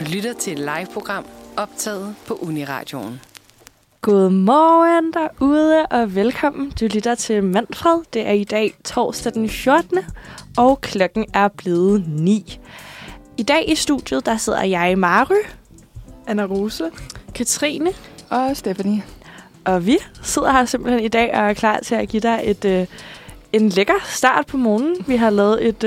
Du lytter til et live-program optaget på Uniradioen. Godmorgen derude, og velkommen. Du lytter til Manfred. Det er i dag torsdag den 14. og klokken er blevet 9. I dag i studiet, der sidder jeg, Mary, Anna Rose, Katrine og Stephanie. Og vi sidder her simpelthen i dag og er klar til at give dig en lækker start på morgenen. Vi har lavet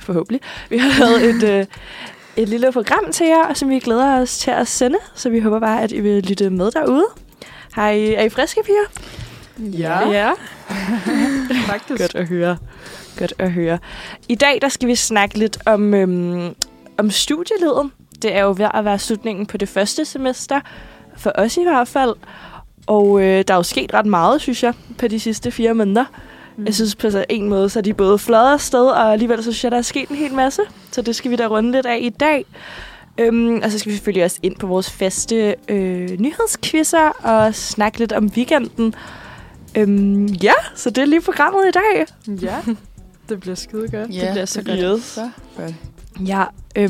et lille program til jer, som vi glæder os til at sende. Så vi håber bare, at I vil lytte med derude. Er I friske, piger? Ja. Faktisk. Godt at høre. I dag der skal vi snakke lidt om studielivet. Det er jo ved at være slutningen på det første semester, for os i hvert fald. Og der er jo sket ret meget, synes jeg, på de sidste 4 måneder. Jeg synes på en måde, så er de både fløjet afsted, og alligevel så synes jeg, der er sket en hel masse. Så det skal vi da runde lidt af i dag. Og så skal vi selvfølgelig også ind på vores faste nyhedsquizzer og snakke lidt om weekenden. Så det er lige programmet i dag. Ja, det bliver skide godt. Ja, det bliver så godt. Yes. Så godt. Ja,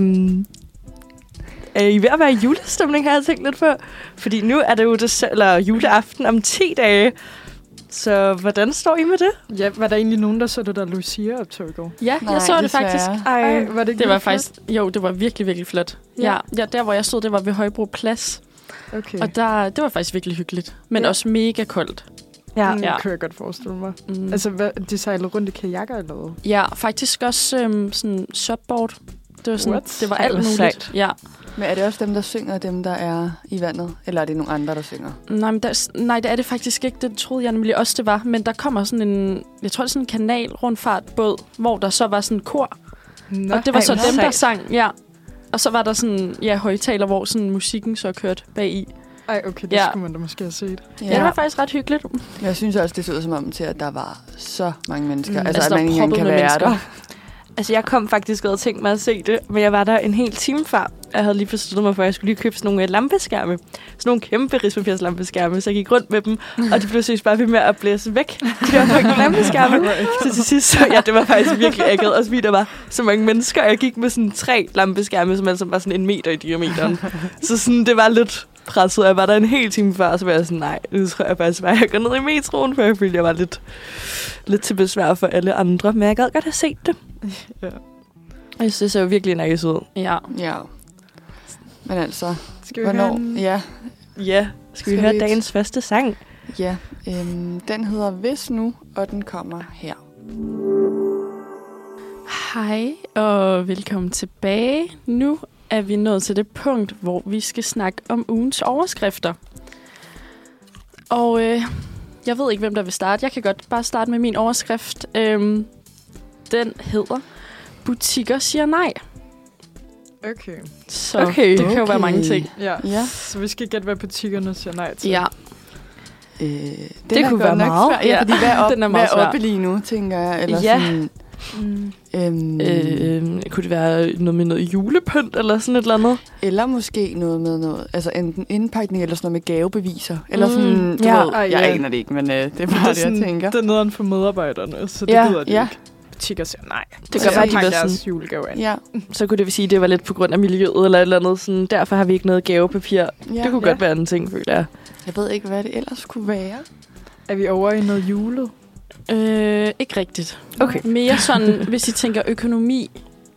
er I ved at være i julestemning, har jeg tænkt lidt på? Fordi nu er det jo juleaften om 10 dage. Så hvordan står I med det? Ja, var der egentlig nogen, der så det der Lucia-optog i går? Ja, jeg så det faktisk. Ej, var det ikke det var faktisk, jo, det var virkelig, virkelig flot. Ja, der hvor jeg stod, det var ved Højbro Plads. Okay. Og det var faktisk virkelig hyggeligt. Men også mega koldt. Ja. Det kan jeg godt forestille mig. Altså, de sejlede rundt i kajakker eller hvad? Ja, faktisk også sådan subboard. Det var sådan, What? det var alt muligt. Ja. Men er det også dem, der synger, dem, der er i vandet? Eller er det nogle andre, der synger? Nej, det er det faktisk ikke. Det troede jeg nemlig også, det var. Men der kommer sådan en, jeg tror det er sådan en kanalrundfartbåd, hvor der så var sådan en kor. Nå, og det var så dem, der sang, ja. Og så var der sådan, højtaler, hvor sådan musikken så kørte bag i. Ej, okay, det skulle man da måske have set. Ja, det var faktisk ret hyggeligt. Men jeg synes også, det så ud som om til, at der var så mange mennesker. Altså, at man ikke engang kan være mennesker. der. Altså, jeg kom faktisk og havde tænkt mig at se det, men jeg var der en hel time før. Jeg havde lige besluttet mig for, at jeg skulle lige købe sådan nogle lampeskærme. Sådan nogle kæmpe rigspapirs-lampeskærme, så jeg gik rundt med dem, og de blev seriøst bare ved med at blæse væk. De var ikke lampeskærme. Så til sidst, det var faktisk virkelig ægget. Og fordi der var så mange mennesker, og jeg gik med sådan 3 lampeskærme, som altså var sådan 1 meter i diameteren. Så sådan, det var lidt presset. Jeg var der en hel time før, og så var jeg sådan, nej, nu tror jeg faktisk bare, at jeg går ned i metroen, for jeg følte, jeg var lidt til besvær for alle andre. Men jeg gad godt have set det. Ja. Jeg synes, det ser jo virkelig nice ud. Ja. Men altså, skal vi hvornår? Ja, skal vi høre dagens første sang? Ja, den hedder Hvis Nu, og den kommer her. Hej, og velkommen tilbage. Nu er vi nået til det punkt, hvor vi skal snakke om ugens overskrifter. Og jeg ved ikke, hvem der vil starte. Jeg kan godt bare starte med min overskrift. Den hedder Butikker siger nej. Okay. Så det kan jo være mange ting. Ja. Så vi skal gætte, hvad butikkerne siger nej til. Ja. Det kunne være meget. Svær. Ja, fordi den er meget hvad er oppe lige nu, tænker jeg. Eller sådan, kunne det være noget med noget julepynt, eller sådan et eller andet? Eller måske noget med noget, altså enten indpakning, eller sådan noget med gavebeviser. Eller sådan, du ved, jeg aner det ikke, men det er bare det, jeg tænker. Det er nederen for medarbejderne, så det gider de ikke. Butikker siger nej. Det gør bare, de var sådan julegave ind. Ja. Så kunne det sige, at det var lidt på grund af miljøet, eller et eller andet. Sådan, derfor har vi ikke noget gavepapir. Det kunne godt være en ting, føler jeg. Jeg ved ikke, hvad det ellers kunne være. Er vi over i noget julet? Ikke rigtigt. Okay. Mere sådan, hvis I tænker økonomi,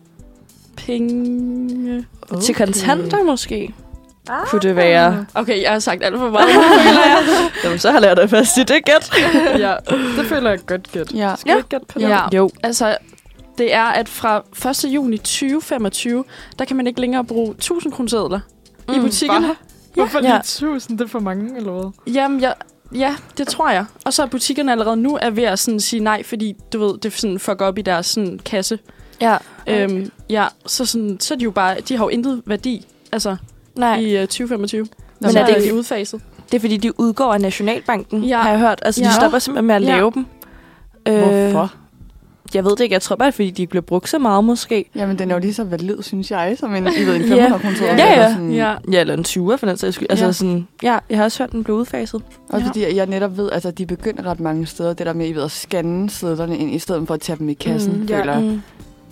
penge... Okay. Til kontanter måske? Kunne det være? Okay, jeg har sagt alt for meget. Jamen, så har jeg lært dig fast i det gæt. Ja, det føler jeg godt gæt. Ja. Skal vi gætte på det? Ja. Jo. Altså, det er, at fra 1. juni 2025, der kan man ikke længere bruge 1000 kronesedler i butikkerne. Hvorfor lige 1000? Det er for mange, eller hvad? Jamen, ja, det tror jeg. Og så er butikkerne allerede nu ved at sådan sige nej, fordi du ved, det sådan fucker op i deres sådan, kasse. Ja. Så er de jo bare, de har jo intet værdi, altså, i 2025. Men så er det ikke udfaset? Det er fordi, de udgår af Nationalbanken, Ja. har jeg hørt. Altså, de stopper simpelthen med at lave dem. Hvorfor? Jeg ved det ikke. Jeg tror bare, fordi de ikke bliver brugt så meget, måske. Jamen, den er jo lige så valid, synes jeg, som en 500 kroner. Ja, eller en 20'er for den sags skyld. Altså sådan, jeg har også hørt, den blev udfaset. Også fordi jeg netop ved, altså de begynder ret mange steder, det der med, I ved, at scanne sædlerne ind, i stedet for at tage dem i kassen, føler jeg.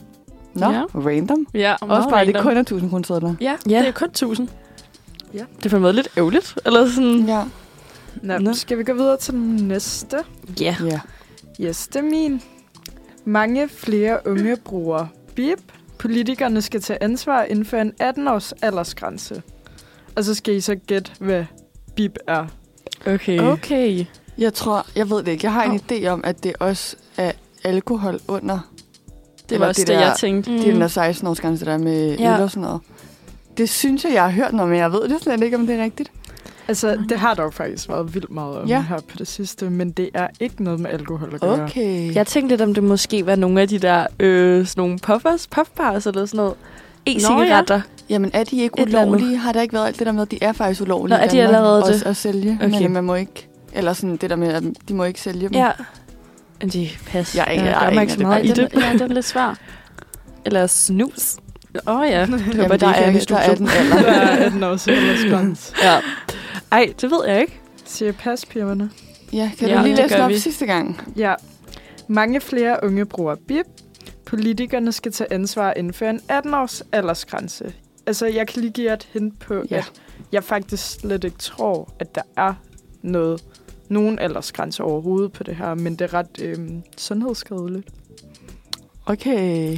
Nå, random. Ja, også bare, det kun er 1000 kroner. Ja, det er kun 1000. Ja. Det er på en måde lidt ærgerligt. Eller sådan. Ja. Nå. Skal vi gå videre til den næste? Ja. Yes, det er min. Mange flere unge bruger bip. Politikerne skal tage ansvar inden for en 18-års aldersgrænse. Og så skal I så gætte, hvad bip er. Okay. Jeg ved det ikke. Jeg har en idé om, at det også er alkohol under. Det var også det, jeg tænkte. Det er den der 16-års grænse, der med øl og sådan noget. Det synes jeg har hørt noget, men jeg ved det slet ikke, om det er rigtigt. Altså, det har dog faktisk været vildt meget om her på det sidste, men det er ikke noget med alkohol at gøre. Okay. Jeg tænkte lidt, om det måske var nogle af de der sådan nogle puffbars eller sådan noget. E-cigaretter. Ja. Jamen, er de ikke ulovlige? Har der ikke været alt det der med, at de er faktisk ulovlige? Nå, er de allerede det? At sælge, men man må ikke... Eller sådan det der med, at de må ikke sælge dem. Ja. Men de passer. Jeg er ikke så meget i det. Ja, den er lidt svær. Eller snus. Ja. Jamen, der er den alder. Der er 18 års aldersgrænse. Ja. Ej, det ved jeg ikke. Siger pas, pigerne. Ja, kan du lige læse op sidste gang? Ja. Mange flere unge bruger bip. Politikerne skal tage ansvar inden for en 18-års aldersgrænse. Altså, jeg kan lige give jer et hint på, at jeg faktisk slet ikke tror, at der er nogen aldersgrænse overhovedet på det her, men det er ret sundhedsskadeligt. Okay.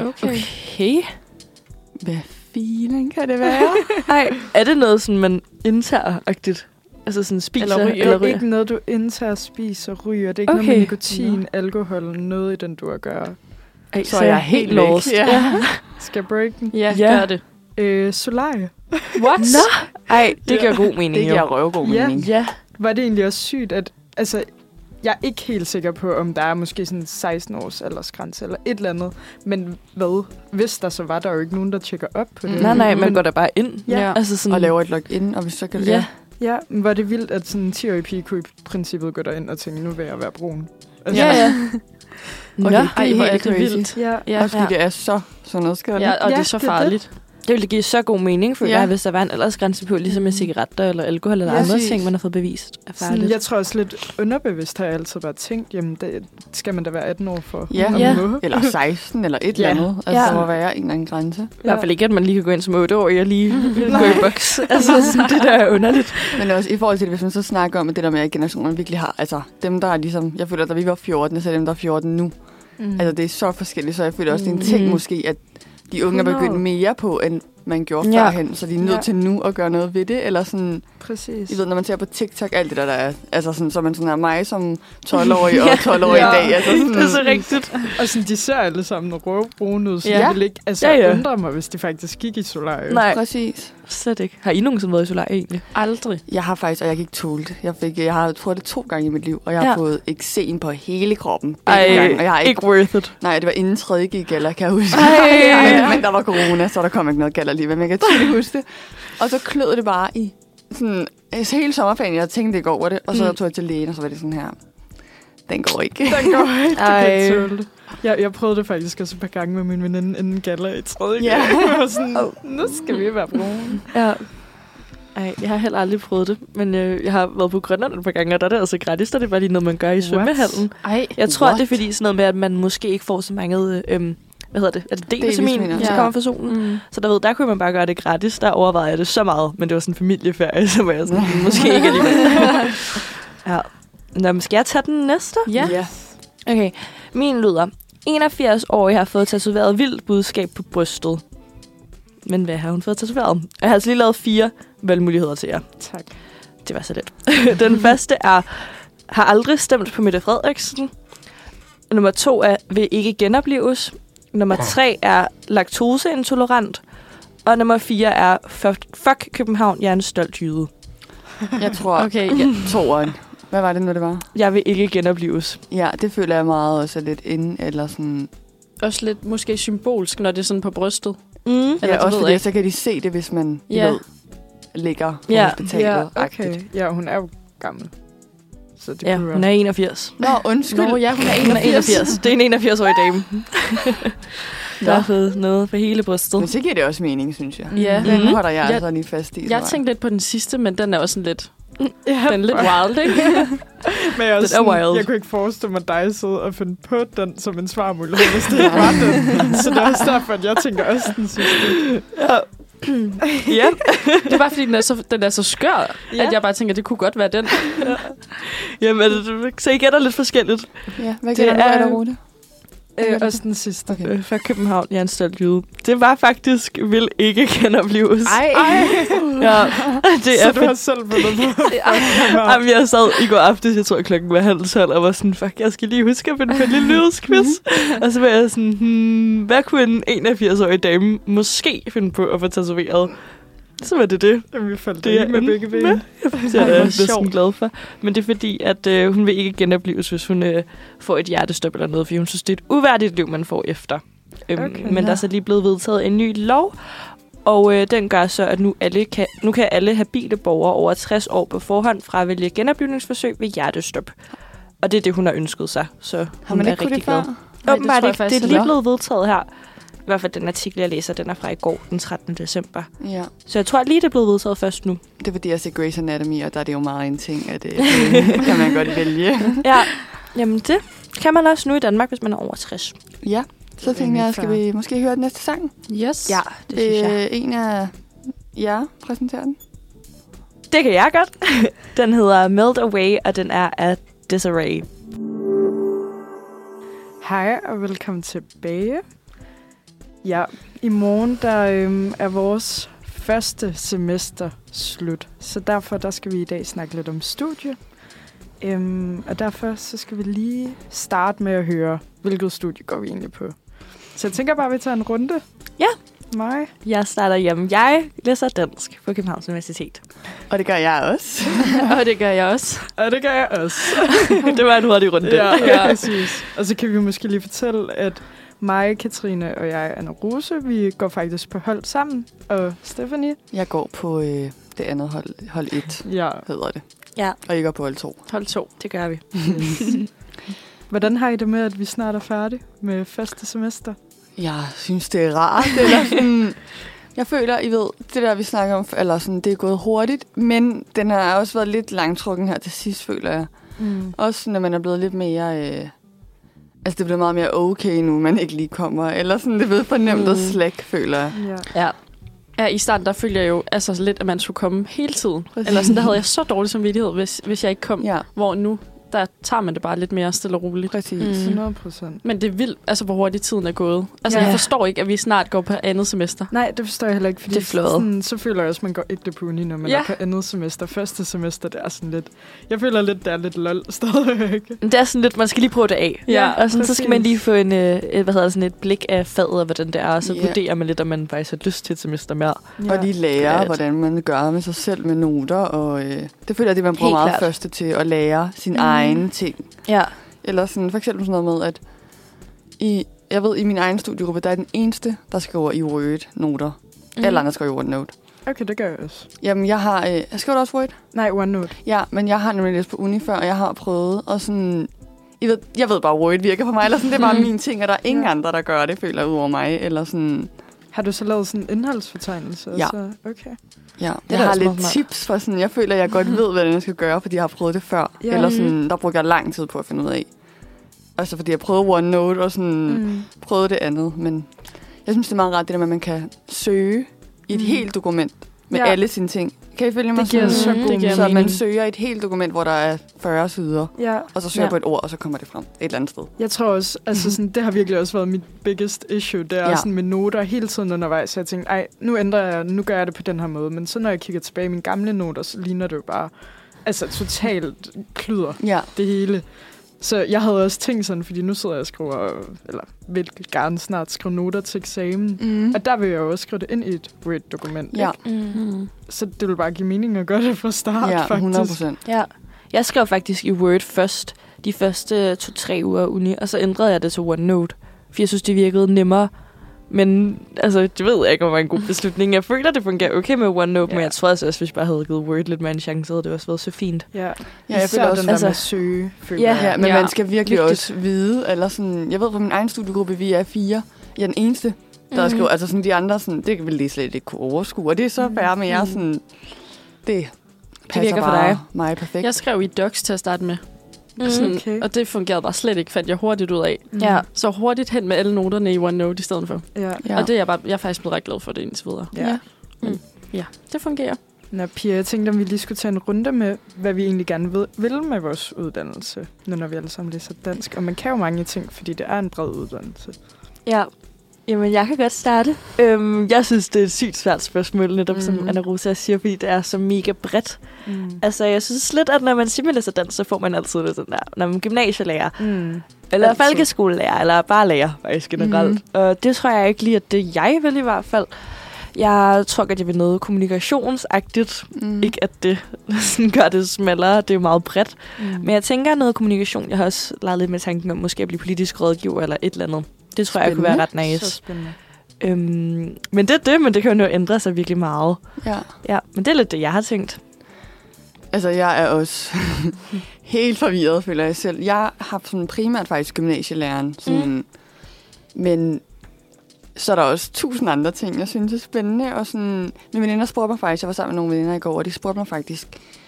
Hvad filen kan det være? Ej, er det noget, sådan, man indtager-agtigt? Altså sådan spiser eller ryger? Det er ikke noget, du indtager, spiser, ryger. Det er ikke noget med nikotin, alkohol, noget i den, du at gøre. Ej, så jeg er helt lost. Ja. Skal jeg break den? Ja, gør det. Solarie. What? Nå? Ej, det giver god mening. Det giver røvgod mening. Ja. Var det egentlig også sygt, at... Altså, jeg er ikke helt sikker på, om der er måske sådan 16-års aldersgrænse eller et eller andet. Men hvad? Hvis der så var, der jo ikke nogen, der tjekker op på det. Nej, man går der bare ind. Ja. Altså sådan, og laver et login, og hvis så kan Ja, men var det vildt, at sådan en 10-årig pige kunne i princippet gå derind og tænke, nu vil jeg være brun. Altså, ja. Okay, det er helt vildt. Ja. Også fordi det er så noget skadeligt. Ja, og det er så farligt. Det ville give så god mening, for hvis der var en aldersgrænse på, ligesom med cigaretter eller alkohol eller andre ting, man har fået bevist er farligt. Jeg tror også lidt underbevidst har jeg altid bare tænkt, jamen det skal man da være 18 år for. Ja, eller 16 eller et eller andet. Altså, der må være en eller anden grænse. I hvert fald ikke, at man lige kan gå ind som 8-årig og lige gå i boks. Altså, sådan, det der er underligt. Men også i forhold til det, hvis man så snakker om, at det der med, at generationen virkelig har, altså dem, der er ligesom, jeg føler, at da vi var 14, så er dem, der er 14 nu. Altså, det er så forskelligt, så jeg føler også, det er en ting måske, at de unge er begyndt mere på, end man gjorde førhen, så de er nødt til nu at gøre noget ved det, eller sådan... Præcis. I ved, når man ser på TikTok, alt det der er, altså sådan, så man sådan er mig som 12-årig og 12-årig i dag. Altså sådan, det er så rigtigt. Og sådan, de ser alle sammen røvbrune ud, så jeg vil ikke undre mig, hvis de faktisk gik i solarium. Nej, præcis. Slet ikke. Har I nogensinde været i solarium egentlig? Aldrig. Jeg har faktisk, og jeg kan ikke tåle det. Jeg har prøvet det 2 gange i mit liv, og jeg har fået eksem på hele kroppen. Ej, og jeg har ikke worth it. Nej, det var inden 3. gala, kan jeg huske. Men der var corona, så der kom ikke noget gala lige, men jeg kan tydeligt huske det. Og så klød det bare i sådan, hele sommerferien. Jeg tænkte ikke over det, og så tog jeg til lægen, og så var det sådan her. Den går ikke. Den går ikke. Det kan jeg prøvede det faktisk også et par gange med min veninde inden gala i 3. gala. Og sådan, nu skal vi være brune. Ja. Ej, jeg har heller aldrig prøvet det, men jeg har været på Grønland et par gange, og der er det altså gratis, der er det bare lige noget, man gør i svømmehallen. Jeg tror, det er fordi sådan noget med, at man måske ikke får så mange... hvad hedder det? Er det D-vitamin, så kommer fra solen? Så der kunne man bare gøre det gratis. Der overvejede jeg det så meget, men det var sådan en familieferie, så var jeg sådan, måske ikke alligevel. Ja. Nå, men skal jeg tage den næste? Ja. Okay. Min lyder. 81-årig har fået tatoveret vildt budskab på brystet. Men hvad har hun fået tatoveret? Jeg har altså lige lavet 4 valgmuligheder til jer. Tak. Det var så let. Den første er, har aldrig stemt på Mette Frederiksen. Nummer 2 er, vil ikke genoplives. Nummer 3 er laktoseintolerant. Og nummer 4 er, fuck København, jeg er en stolt jyde. Jeg tror, toeren. Hvad var det nu, det var? Jeg vil ikke genoplives. Ja, det føler jeg meget også lidt inde, eller sådan... Også lidt måske symbolsk, når det er sådan på brystet. Eller også fordi, så kan de se det, hvis man ligger på hospitalet. Ja, okay. Ja, hun er jo gammel. Så det hun er 81. Nå, undskyld. Nå, ja, hun er 81. Det er en 81-årig dame. Der har fået noget for hele brystet. Men så giver det også mening, synes jeg. Ja. Den holder jeg altså lige fast i. Jeg tænkte lidt på den sidste, men den er også sådan lidt... Ja, Den er lidt wild, ikke? men jeg, Den er wild. jeg kunne ikke forestille mig dig sidde og finde på den som en svarmulighed, hvis det ikke var den. Så det er også derfor, at jeg tænker også den sidste. Ja. Det er bare fordi, den er så skør, Ja. at jeg bare tænker, det kunne godt være den. Jamen, så I gætter lidt forskelligt. Ja, hvad Det gælder du, er- Rute? Også den sidste. Okay. Fra København, jeg er en stolt jyde. Det var faktisk, vil ikke genopleves. Ej. Ja, det Så er du har selv fundet på. Jamen, jeg sad i går aftes, jeg tror klokken var 11:30, og var sådan, fuck, jeg skal lige huske at finde på en lille nyhedsquiz. Og så var jeg sådan, hvad kunne en 81-årig dame måske finde på at få tatoveret? Så var det. Jamen, vi faldt Det er det med begge ben. Det er jeg hvor næsten sjovt. glad for. Men det er fordi, at hun vil ikke genopleves, hvis hun får et hjertestop eller noget, fordi hun synes, det er et uværdigt liv, man får efter. Okay. Men der er så lige blevet vedtaget en ny lov, og den gør så, at nu kan alle habile borgere over 60 år på forhånd fravælge genoplivningsforsøg ved hjertestop. Og det er det, hun har ønsket sig, så Har hun man er ikke kunnet rigtig det glad. før? Nej, Åbenbart tror jeg ikke. faktisk Det er lige heller. blevet vedtaget her. I hvert fald den artikel, jeg læser, den er fra i går, den 13. december. Ja. Så jeg tror lige, det er blevet vedtaget først nu. Det er fordi, jeg ser Grey's Anatomy, og der er det jo meget en ting, at det kan man godt vælge. Ja, jamen det kan man også nu i Danmark, hvis man er over 60. Ja, så tænkte jeg, skal vi måske høre den næste sang? Yes. Ja, det synes jeg. En af jer præsenterer den. Det kan jeg godt. Den hedder Melt Away, og den er af Desiree. Hej og velkommen tilbage. Ja, i morgen der er vores første semester slut, så derfor der skal vi i dag snakke lidt om studie. Og derfor så skal vi lige starte med at høre, hvilket studie går vi egentlig på. Så jeg tænker bare, at vi tager en runde. Ja. Mig. Jeg starter hjemme. Jeg læser dansk på Københavns Universitet. Og det gør jeg også. Og det gør jeg også. Og det gør jeg også. Det var en hurtig runde. Ja, præcis. Og så kan vi måske lige fortælle, at mig, Katrine og jeg, Anna Rose, vi går faktisk på hold sammen. Og Stephanie. Jeg går på det andet hold 1, Ja. hedder det. Ja. Og I går på hold 2. Hold 2. Det gør vi. Hvordan har I det med, at vi snart er færdige med første semester? Jeg synes, det er rart. Eller sådan, jeg føler, I ved, det der, vi snakker om, eller sådan, det er gået hurtigt, men den har også været lidt langtrukken her til sidst, føler jeg. Også når man er blevet lidt mere... altså, det er blevet meget mere okay nu, man ikke lige kommer. Eller sådan, det er blevet fornemt og slæk, føler jeg. Ja. Ja. Ja, i starten, der følte jeg jo altså lidt, at man skulle komme hele tiden. Præcis. Eller sådan, der havde jeg så dårlig samvittighed, hvis jeg ikke kom. Ja, Hvor nu, der tager man det bare lidt mere stille og roligt. præcis. 100%. Men det er vildt, altså hvor hurtigt tiden er gået. Altså, Ja. jeg forstår ikke, at vi snart går på andet semester. Nej, det forstår jeg heller ikke, fordi Det er flot. sådan, så føler jeg også, at man går ægte på uni, når man Ja. er på andet semester. Første semester, det er sådan lidt... Jeg føler lidt, det er lidt lol stadigvæk. Det er sådan lidt, man skal lige prøve det af. Ja, Og sådan, så skal man præcis. lige få sådan et blik af faget, og hvordan det er, og så Ja. vurderer man lidt, om man faktisk har lyst til et semester mere. Og lige lære, Klart. hvordan man gør med sig selv med noter. Og det føler jeg, det man bruger Helt meget klart. første til at lære sine egne ting. Ja. Eller sådan, for eksempel sådan noget med, at jeg ved, i min egen studiegruppe, der er den eneste, der skriver i Word-noter. Alle andre skriver i OneNote. Okay, det gør jeg også. Jamen, jeg har... jeg skriver også Word? Nej, OneNote. Ja, men jeg har nemlig læst på uni før, og jeg har prøvet, og sådan... Jeg ved bare, Word virker for mig, eller sådan, det er bare min ting, og der er ingen andre, der gør det, føler jeg, ud over mig, eller sådan... Har du så lavet sådan en indholdsfortegnelse? Ja. Så, okay. Ja, er jeg da har også lidt meget smart. tips for sådan, jeg føler, jeg godt ved, hvad jeg skal gøre, fordi jeg har prøvet det før. Ja. Eller sådan, der brugte jeg lang tid på at finde ud af. Altså, fordi jeg prøvede OneNote, og sådan prøvede det andet, men jeg synes, det er meget rart, det der med, at man kan søge i et helt dokument med Ja. alle sine ting. Kan I følge mig? Det giver så god det giver Så man mening. søger et helt dokument, hvor der er 40 sider, Ja, og så søger Ja. på et ord, og så kommer det frem et eller andet sted. jeg tror også, altså sådan, det har virkelig også været mit biggest issue. Det er Ja. sådan med noter hele tiden undervejs. Så jeg tænkte, ej, nu gør jeg det på den her måde. Men så når jeg kigger tilbage i mine gamle noter, så ligner det jo bare altså totalt kludder Ja, det hele. Så jeg havde også tænkt sådan, fordi nu sidder jeg og skriver, eller vil gerne snart skrive noter til eksamen. Og der vil jeg jo også skrive det ind i et Word-dokument. ja, ikke? Mm. Så det vil bare give mening at gøre det fra start, ja, faktisk. 100%. Ja. Jeg skrev faktisk i Word først de første 2-3 uger af uni, og så ændrede jeg det til OneNote, for jeg synes, det virkede nemmere. Men altså, det ved jeg ikke, om det var en god beslutning. Jeg føler, det fungerer okay med OneNote, men jeg tror altså også, hvis jeg bare havde givet Word lidt mere en chance, havde det også været så fint. Ja, Ja, jeg føler også, den der altså- med at søge, føler Ja. jeg. Ja, men Ja. man skal virkelig Vigtigt. også vide, eller sådan, jeg ved på min egen studiegruppe, vi er 4. Jeg er den eneste, der skriver, altså sådan de andre, sådan, det vil de slet ikke kunne overskue, og det er så værre med jer, sådan, det passer virker for bare dig. mig perfekt. Jeg skrev i docs til at starte med. Sådan, Okay. og det fungerede bare slet ikke, fandt jeg hurtigt ud af. Ja. Så hurtigt hen med alle noterne i OneNote i stedet for. Ja. Ja. Og det er jeg er faktisk blevet ret glad for det indtil videre. Ja. Ja, det fungerer. Nå, Pia, jeg tænkte, om vi lige skulle tage en runde med, hvad vi egentlig gerne vil med vores uddannelse, nu når vi alle sammen læser dansk. Og man kan jo mange ting, fordi det er en bred uddannelse. Ja. Jamen, jeg kan godt starte. Jeg synes, det er et sygt svært spørgsmål, netop som Anna Rosa siger, fordi det er så mega bredt. Altså, jeg synes lidt, at når man simpelthen læser dansk, så får man altid det sådan der, når man er gymnasielærer, eller Altid. folkeskolelærer, eller bare lærer, faktisk generelt. Og det tror jeg ikke lige, at det jeg vil i hvert fald. Jeg tror at jeg vil noget kommunikationsagtigt. Ikke at det sådan gør det smallere, det er jo meget bredt. Men jeg tænker noget kommunikation. Jeg har også leget lidt med tanken om måske at blive politisk rådgiver eller et eller andet. Det tror jeg kunne være ret nice. Så spændende. Men det er det, men det kan jo ændre sig virkelig meget. Ja. Ja, men det er lidt det, jeg har tænkt. Altså, jeg er også helt forvirret, føler jeg selv. Jeg har sådan primært faktisk gymnasielæreren, sådan, men så er der også 1000 andre ting, jeg synes er spændende. Og sådan, mine veninder spurgte mig faktisk, jeg var sammen med nogle veninder i går, og de spurgte mig faktisk,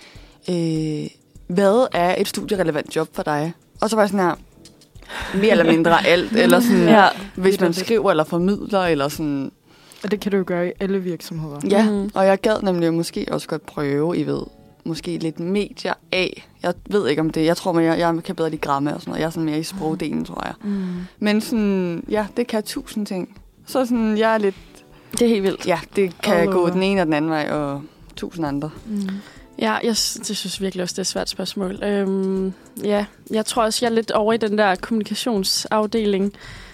hvad er et studierelevant job for dig? Og så var jeg sådan her, mere eller mindre alt, eller sådan, hvis man skriver eller formidler, eller sådan. Og det kan du jo gøre i alle virksomheder. Ja, og jeg gad nemlig måske også godt prøve, I ved, måske lidt medier af. Jeg ved ikke om det. Jeg tror, jeg kan bedre lide gramme og sådan noget. Jeg er sådan mere i sprogdelen, tror jeg. Men sådan, ja, det kan 1000 ting. Så sådan, jeg er lidt... Det er helt vildt. Ja, det kan gå den ene og den anden vej, og 1000 andre. Ja, det synes virkelig også, det er et svært spørgsmål. Ja, jeg tror også, jeg er lidt over i den der kommunikationsafdeling.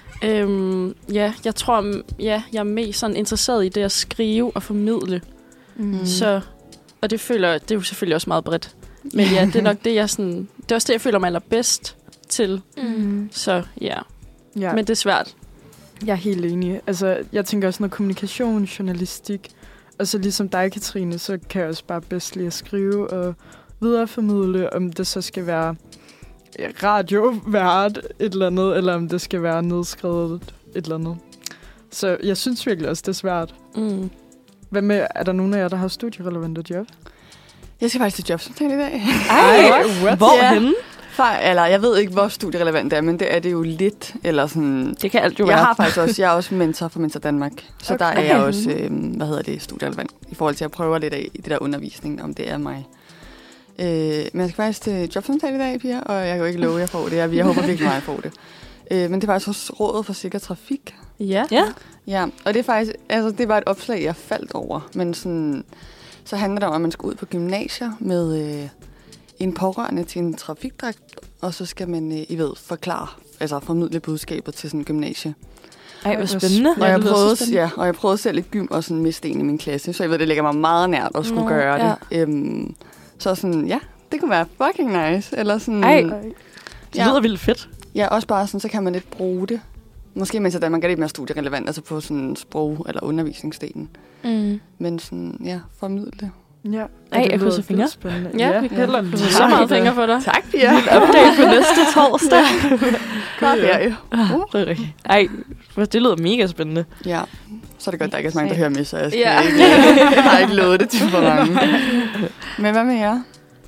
Jeg tror, jeg er mest sådan interesseret i det at skrive og formidle. Så, og det er jo selvfølgelig også meget bredt. Men ja, det er nok det, det er også det, jeg føler mig allerbedst til. Så ja, men det er svært. Jeg er helt enig. Altså, jeg tænker også noget kommunikation, journalistik. Og så ligesom dig, Katrine, så kan jeg også bare bedst lide at skrive og videreformidle, om det så skal være radiovært et eller andet, eller om det skal være nedskrevet et eller andet. Så jeg synes virkelig også, det er svært. Hvad med, er der nogen af jer, der har studierelevante job? Jeg skal faktisk til jobsamtale i dag. Hvorhenne? Eller jeg ved ikke, hvor studierelevant det er, men det er det jo lidt. Eller sådan, det kan alt jo være. Jeg er også mentor for Mentor Danmark. Så der er jeg også, studierelevant. I forhold til at prøve lidt af det der undervisning, om det er mig. Men jeg skal faktisk til jobsamtale i dag, Pia, og jeg kan jo ikke love, at jeg får det. Jeg håber virkelig meget, at jeg får det. Men det var altså også Rådet for Sikker Trafik. Ja. Ja, og det er faktisk, altså det var et opslag, jeg faldt over. Men sådan, så handler det om, at man skal ud på gymnasier med en pårørende til en trafikdragt, og så skal man, formidle budskaber til sådan en gymnasie. Ej, hvor spændende. Og jeg prøvede selv et gym og sådan miste en i min klasse, så jeg ved, det ligger mig meget nært at skulle gøre det. Så sådan, ja, det kunne være fucking nice. Eller sådan, det lyder vildt fedt. Ja, også bare sådan, så kan man lidt bruge det. Måske mens man gør det lidt mere studierelevant, altså på sådan sprog- eller undervisningsdelen. Men sådan, ja, formidle. Ja. Jeg krydser fingre. Ja, vi kan så meget fingre for dig. Tak, Pia. Update på næste torsdag. Godt, ja. Det lyder mega spændende. Ja, så er det godt, der ikke er så mange, der hører med, så jeg jeg har ikke lovet det til for mange. Men hvad med jer?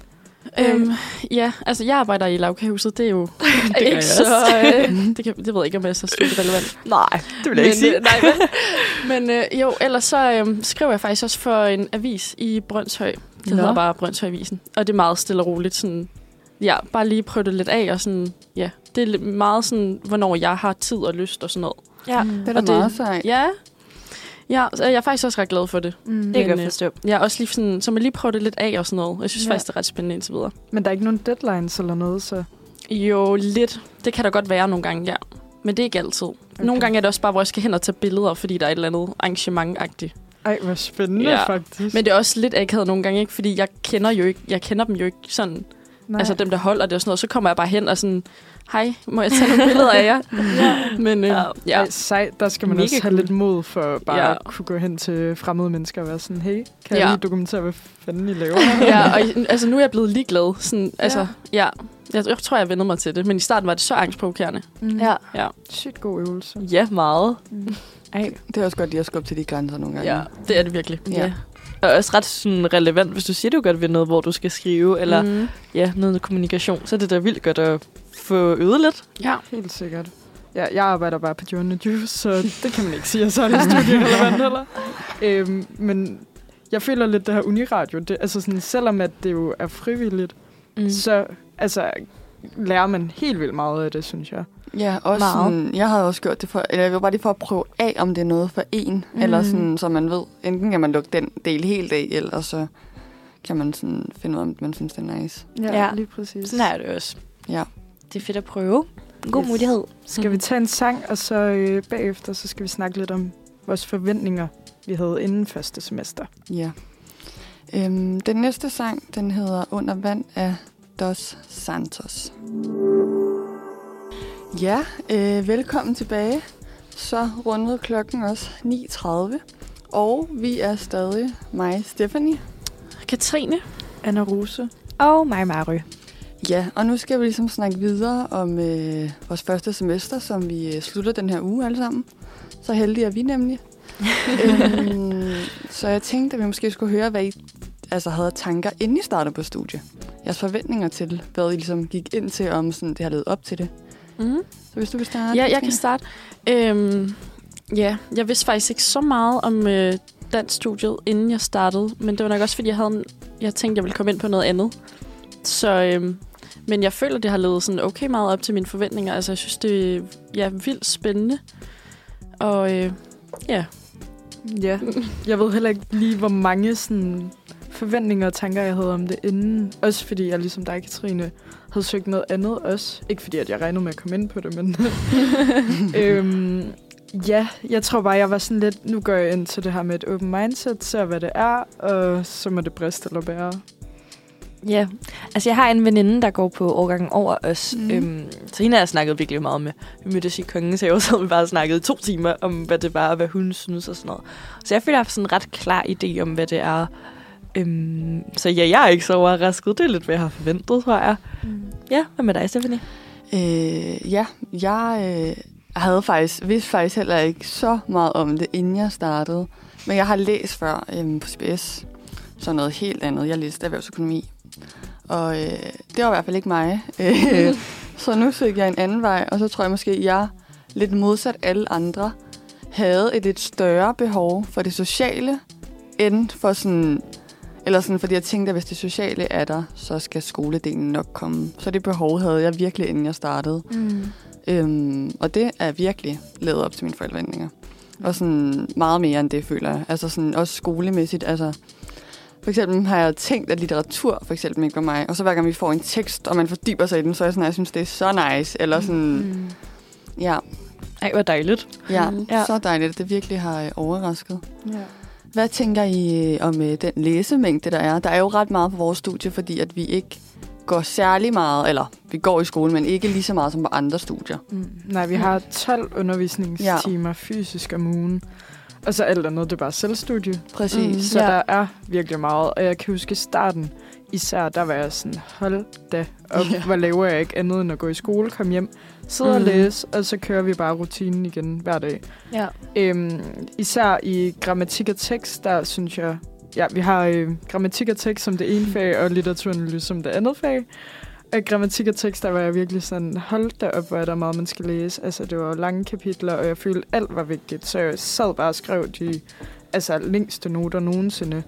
Jeg arbejder i lavkagehuset. Det er jo det ikke så... det ved jeg ikke, om jeg er så relevant. Nej, det vil jeg ikke sige. Men ellers så skriver jeg faktisk også for en avis i Brønshøj. Det hedder bare Brønshøjavisen. Og det er meget stille og roligt. Sådan, bare lige prøve det lidt af. Og sådan, det er meget sådan, hvornår jeg har tid og lyst og sådan noget. Ja, det er da meget sejt. Ja, så jeg er faktisk også ret glad for det. Det kan jeg forstå. Jeg er også lige sådan, så man lige prøver det lidt af og sådan noget. Jeg synes faktisk, det er ret spændende indtil videre. Men der er ikke nogen deadlines eller noget, så? Jo, lidt. Det kan der godt være nogle gange, ja. Men det er ikke altid. Okay. Nogle gange er det også bare, hvor jeg skal hen og tage billeder, fordi der er et eller andet arrangement-agtigt. Ej, hvor spændende faktisk. Men det er også lidt akavet nogle gange, ikke? Fordi jeg kender dem jo ikke sådan. Nej. Altså dem, der holder det og sådan noget. Så kommer jeg bare hen og sådan, hej, må jeg tage nogle billeder af jer? Men Ej, sejt, der skal man også have lidt mod for bare at kunne gå hen til fremmede mennesker og være sådan, hey, kan jeg lige dokumentere, hvad fanden I laver? Og nu er jeg blevet ligeglad. Sådan, jeg tror, jeg vendte mig til det, men i starten var det så angstprovokerende. Ja. Sygt god øvelse. Ja, meget. Det er også godt lige at skubbe til de grænser nogle gange. Ja, det er det virkelig. Ja. Og også ret sådan relevant, hvis du siger, du godt vil noget, hvor du skal skrive, eller noget kommunikation, så er det da vildt godt at få øvet lidt. Ja. Helt sikkert. Ja, jeg arbejder bare på Journey Juice, så det kan man ikke sige, at så er det studierelevant heller. Men jeg føler lidt, det her uniradio, altså sådan, selvom at det jo er frivilligt, så altså, lærer man helt vildt meget af det, synes jeg. Ja, også sådan, jeg havde også gjort det for, eller jeg var bare lige for at prøve af, om det er noget for en, eller sådan, så man ved, enten kan man lukke den del helt af, eller så kan man sådan finde ud af, om man synes, det er nice. Ja, lige præcis. Sådan er det også. Ja. Det er fedt at prøve. En god mulighed. Skal vi tage en sang, og så bagefter, så skal vi snakke lidt om vores forventninger, vi havde inden første semester. Ja. Den næste sang, den hedder Under vand af Dos Santos. Ja, velkommen tilbage. Så rundede klokken også 9:30, og vi er stadig mig, Stephanie, Katrine, Anna Rose og mig, Mary. Ja, og nu skal vi ligesom snakke videre om vores første semester, som vi slutter den her uge alle sammen. Så heldige er vi nemlig. Så jeg tænkte, at vi måske skulle høre, hvad I havde tanker, inden I startede på studie. Jeres forventninger til, hvad I ligesom gik ind til, om sådan, det har levet op til det. Så hvis du vil starte. Ja, jeg kan starte. Jeg vidste faktisk ikke så meget om danskstudiet, inden jeg startede. Men det var nok også, fordi jeg tænkte, jeg ville komme ind på noget andet. Så, men jeg føler, det har levet sådan okay meget op til mine forventninger. Altså, jeg synes, det er vildt spændende. Og Ja, jeg ved heller ikke lige, hvor mange sådan, forventninger og tanker, jeg havde om det inden. Også fordi jeg ligesom dig, Katrine, havde søgt noget andet også. Ikke fordi, at jeg regnede med at komme ind på det, men... jeg tror bare, jeg var sådan lidt... Nu går jeg ind til det her med et open mindset, ser hvad det er, og så må det briste eller bære. Ja, altså jeg har en veninde, der går på årgangen over os. Så hende har jeg snakket virkelig meget med. Vi mødtes i Kongens Have, så vi bare snakket i 2 timer om, hvad det var, og hvad hun synes og sådan noget. Så jeg føler, jeg har sådan en ret klar idé om, hvad det er. Så ja, jeg er ikke så overrasket. Det er lidt, hvad jeg har forventet, tror jeg. Ja, hvad med dig, Stephanie? Jeg vidste faktisk heller ikke så meget om det, inden jeg startede. Men jeg har læst før på SBS så noget helt andet. Jeg læste erhvervsøkonomi. Og det var i hvert fald ikke mig. Så nu søgte jeg en anden vej, og så tror jeg måske, jeg lidt modsat alle andre havde et lidt større behov for det sociale, end for sådan... Eller sådan, fordi jeg tænkte, at hvis det sociale er der, så skal skoledelen nok komme. Så det behov havde jeg virkelig, inden jeg startede. Og det er virkelig lavet op til mine forventninger. Og sådan meget mere end det, føler jeg. Altså sådan også skolemæssigt. Altså, for eksempel har jeg tænkt, at litteratur for eksempel ikke var mig. Og så hver gang vi får en tekst, og man fordyber sig i den, så er jeg sådan, at jeg synes, det er så nice. Eller sådan, ja. Ej, hvor dejligt. Ja, så dejligt, at det virkelig har overrasket. Ja. Hvad tænker I om den læsemængde, der er? Der er jo ret meget på vores studie, fordi at vi ikke går særlig meget, eller vi går i skole, men ikke lige så meget som på andre studier. Nej, vi har 12 undervisningstimer fysisk om ugen. Og så alt andet, det er bare selvstudie. Præcis. Så der er virkelig meget. Og jeg kan huske starten, især der var jeg sådan, hold da op, hvor laver jeg ikke andet end at gå i skole, komme hjem, sidde og læse, og så kører vi bare rutinen igen hver dag. Ja. Især i grammatik og tekst, der synes jeg, vi har grammatik og tekst som det ene fag, og litteraturanalyse som det andet fag. Og grammatik og tekst, der var jeg virkelig sådan, hold da op, hvor er der meget, man skal læse. Altså, det var lange kapitler, og jeg følte, alt var vigtigt. Så jeg sad bare og skrev de længste noter nogensinde.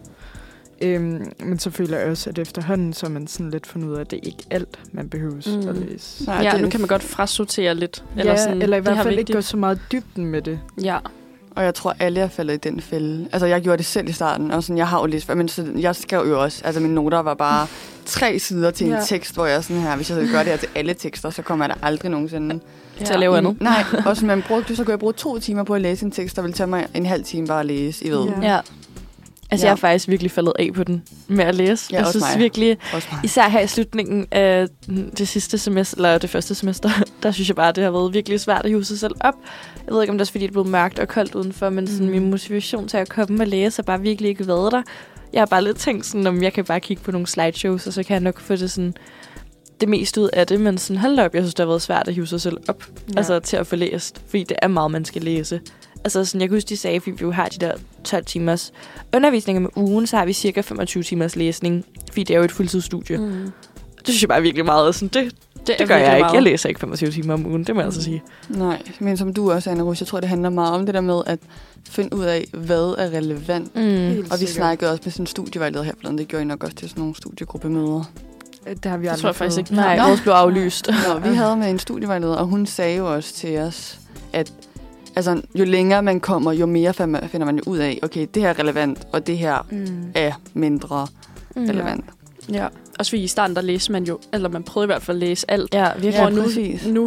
Men så føler jeg også, at efterhånden så er man sådan lidt fundet ud af, at det er ikke alt, man behøver at læse. Nej, nu kan man godt frasortere lidt. Eller i hvert fald ikke gå så meget dybden med det. Ja. Og jeg tror, alle er faldet i den fælde. Altså, jeg gjorde det selv i starten, og sådan, jeg har jo læst, men så, jeg skrev jo også, altså mine noter var bare 3 sider til en tekst, hvor jeg sådan her, hvis jeg skulle gøre det her til alle tekster, så kommer jeg da aldrig nogensinde til at lave andet. Nej, og så kunne jeg bruge 2 timer på at læse en tekst, der ville tage mig en halv time bare at læse, I ved. Ja. Altså, jeg er faktisk virkelig faldet af på den med at læse. Ja, jeg synes virkelig, også især her i slutningen af det sidste semester, eller det første semester, der synes jeg bare, det har været virkelig svært at hive sig selv op. Jeg ved ikke, om det er fordi, det er blevet mørkt og koldt udenfor, men sådan, min motivation til at komme og læse har bare virkelig ikke været der. Jeg har bare lidt tænkt sådan, om jeg kan bare kigge på nogle slideshows, og så kan jeg nok få det sådan det mest ud af det, men sådan hold op, jeg synes, det har været svært at hive sig selv op, altså til at få læst, fordi det er meget, man skal læse. Altså sådan, jeg kan huske, de sagde, at vi jo har de der 12 timers undervisning om ugen, så har vi cirka 25 timers læsning, fordi det er jo et fuldtidsstudie. Det synes jeg bare er virkelig meget. Sådan, det gør jeg ikke. Jeg læser ikke 25 timer om ugen, det må jeg altså sige. Nej, men som du også, Anna Rus, jeg tror, det handler meget om det der med at finde ud af, hvad er relevant. Og vi snakkede også med sådan en studievejleder her forleden. Det gjorde I nok også til sådan nogle studiegruppemøder. Det har vi aldrig tror jeg faktisk fået. ikke. Nej, vores blev aflyst. Vi havde med en studievejleder, og hun sagde jo også til os, at altså, jo længere man kommer, jo mere finder man jo ud af, okay, det her er relevant, og det her er mindre relevant. Ja. Også fordi i starten, der læste man jo, eller man prøvede i hvert fald at læse alt. Ja, virkelig. Og nu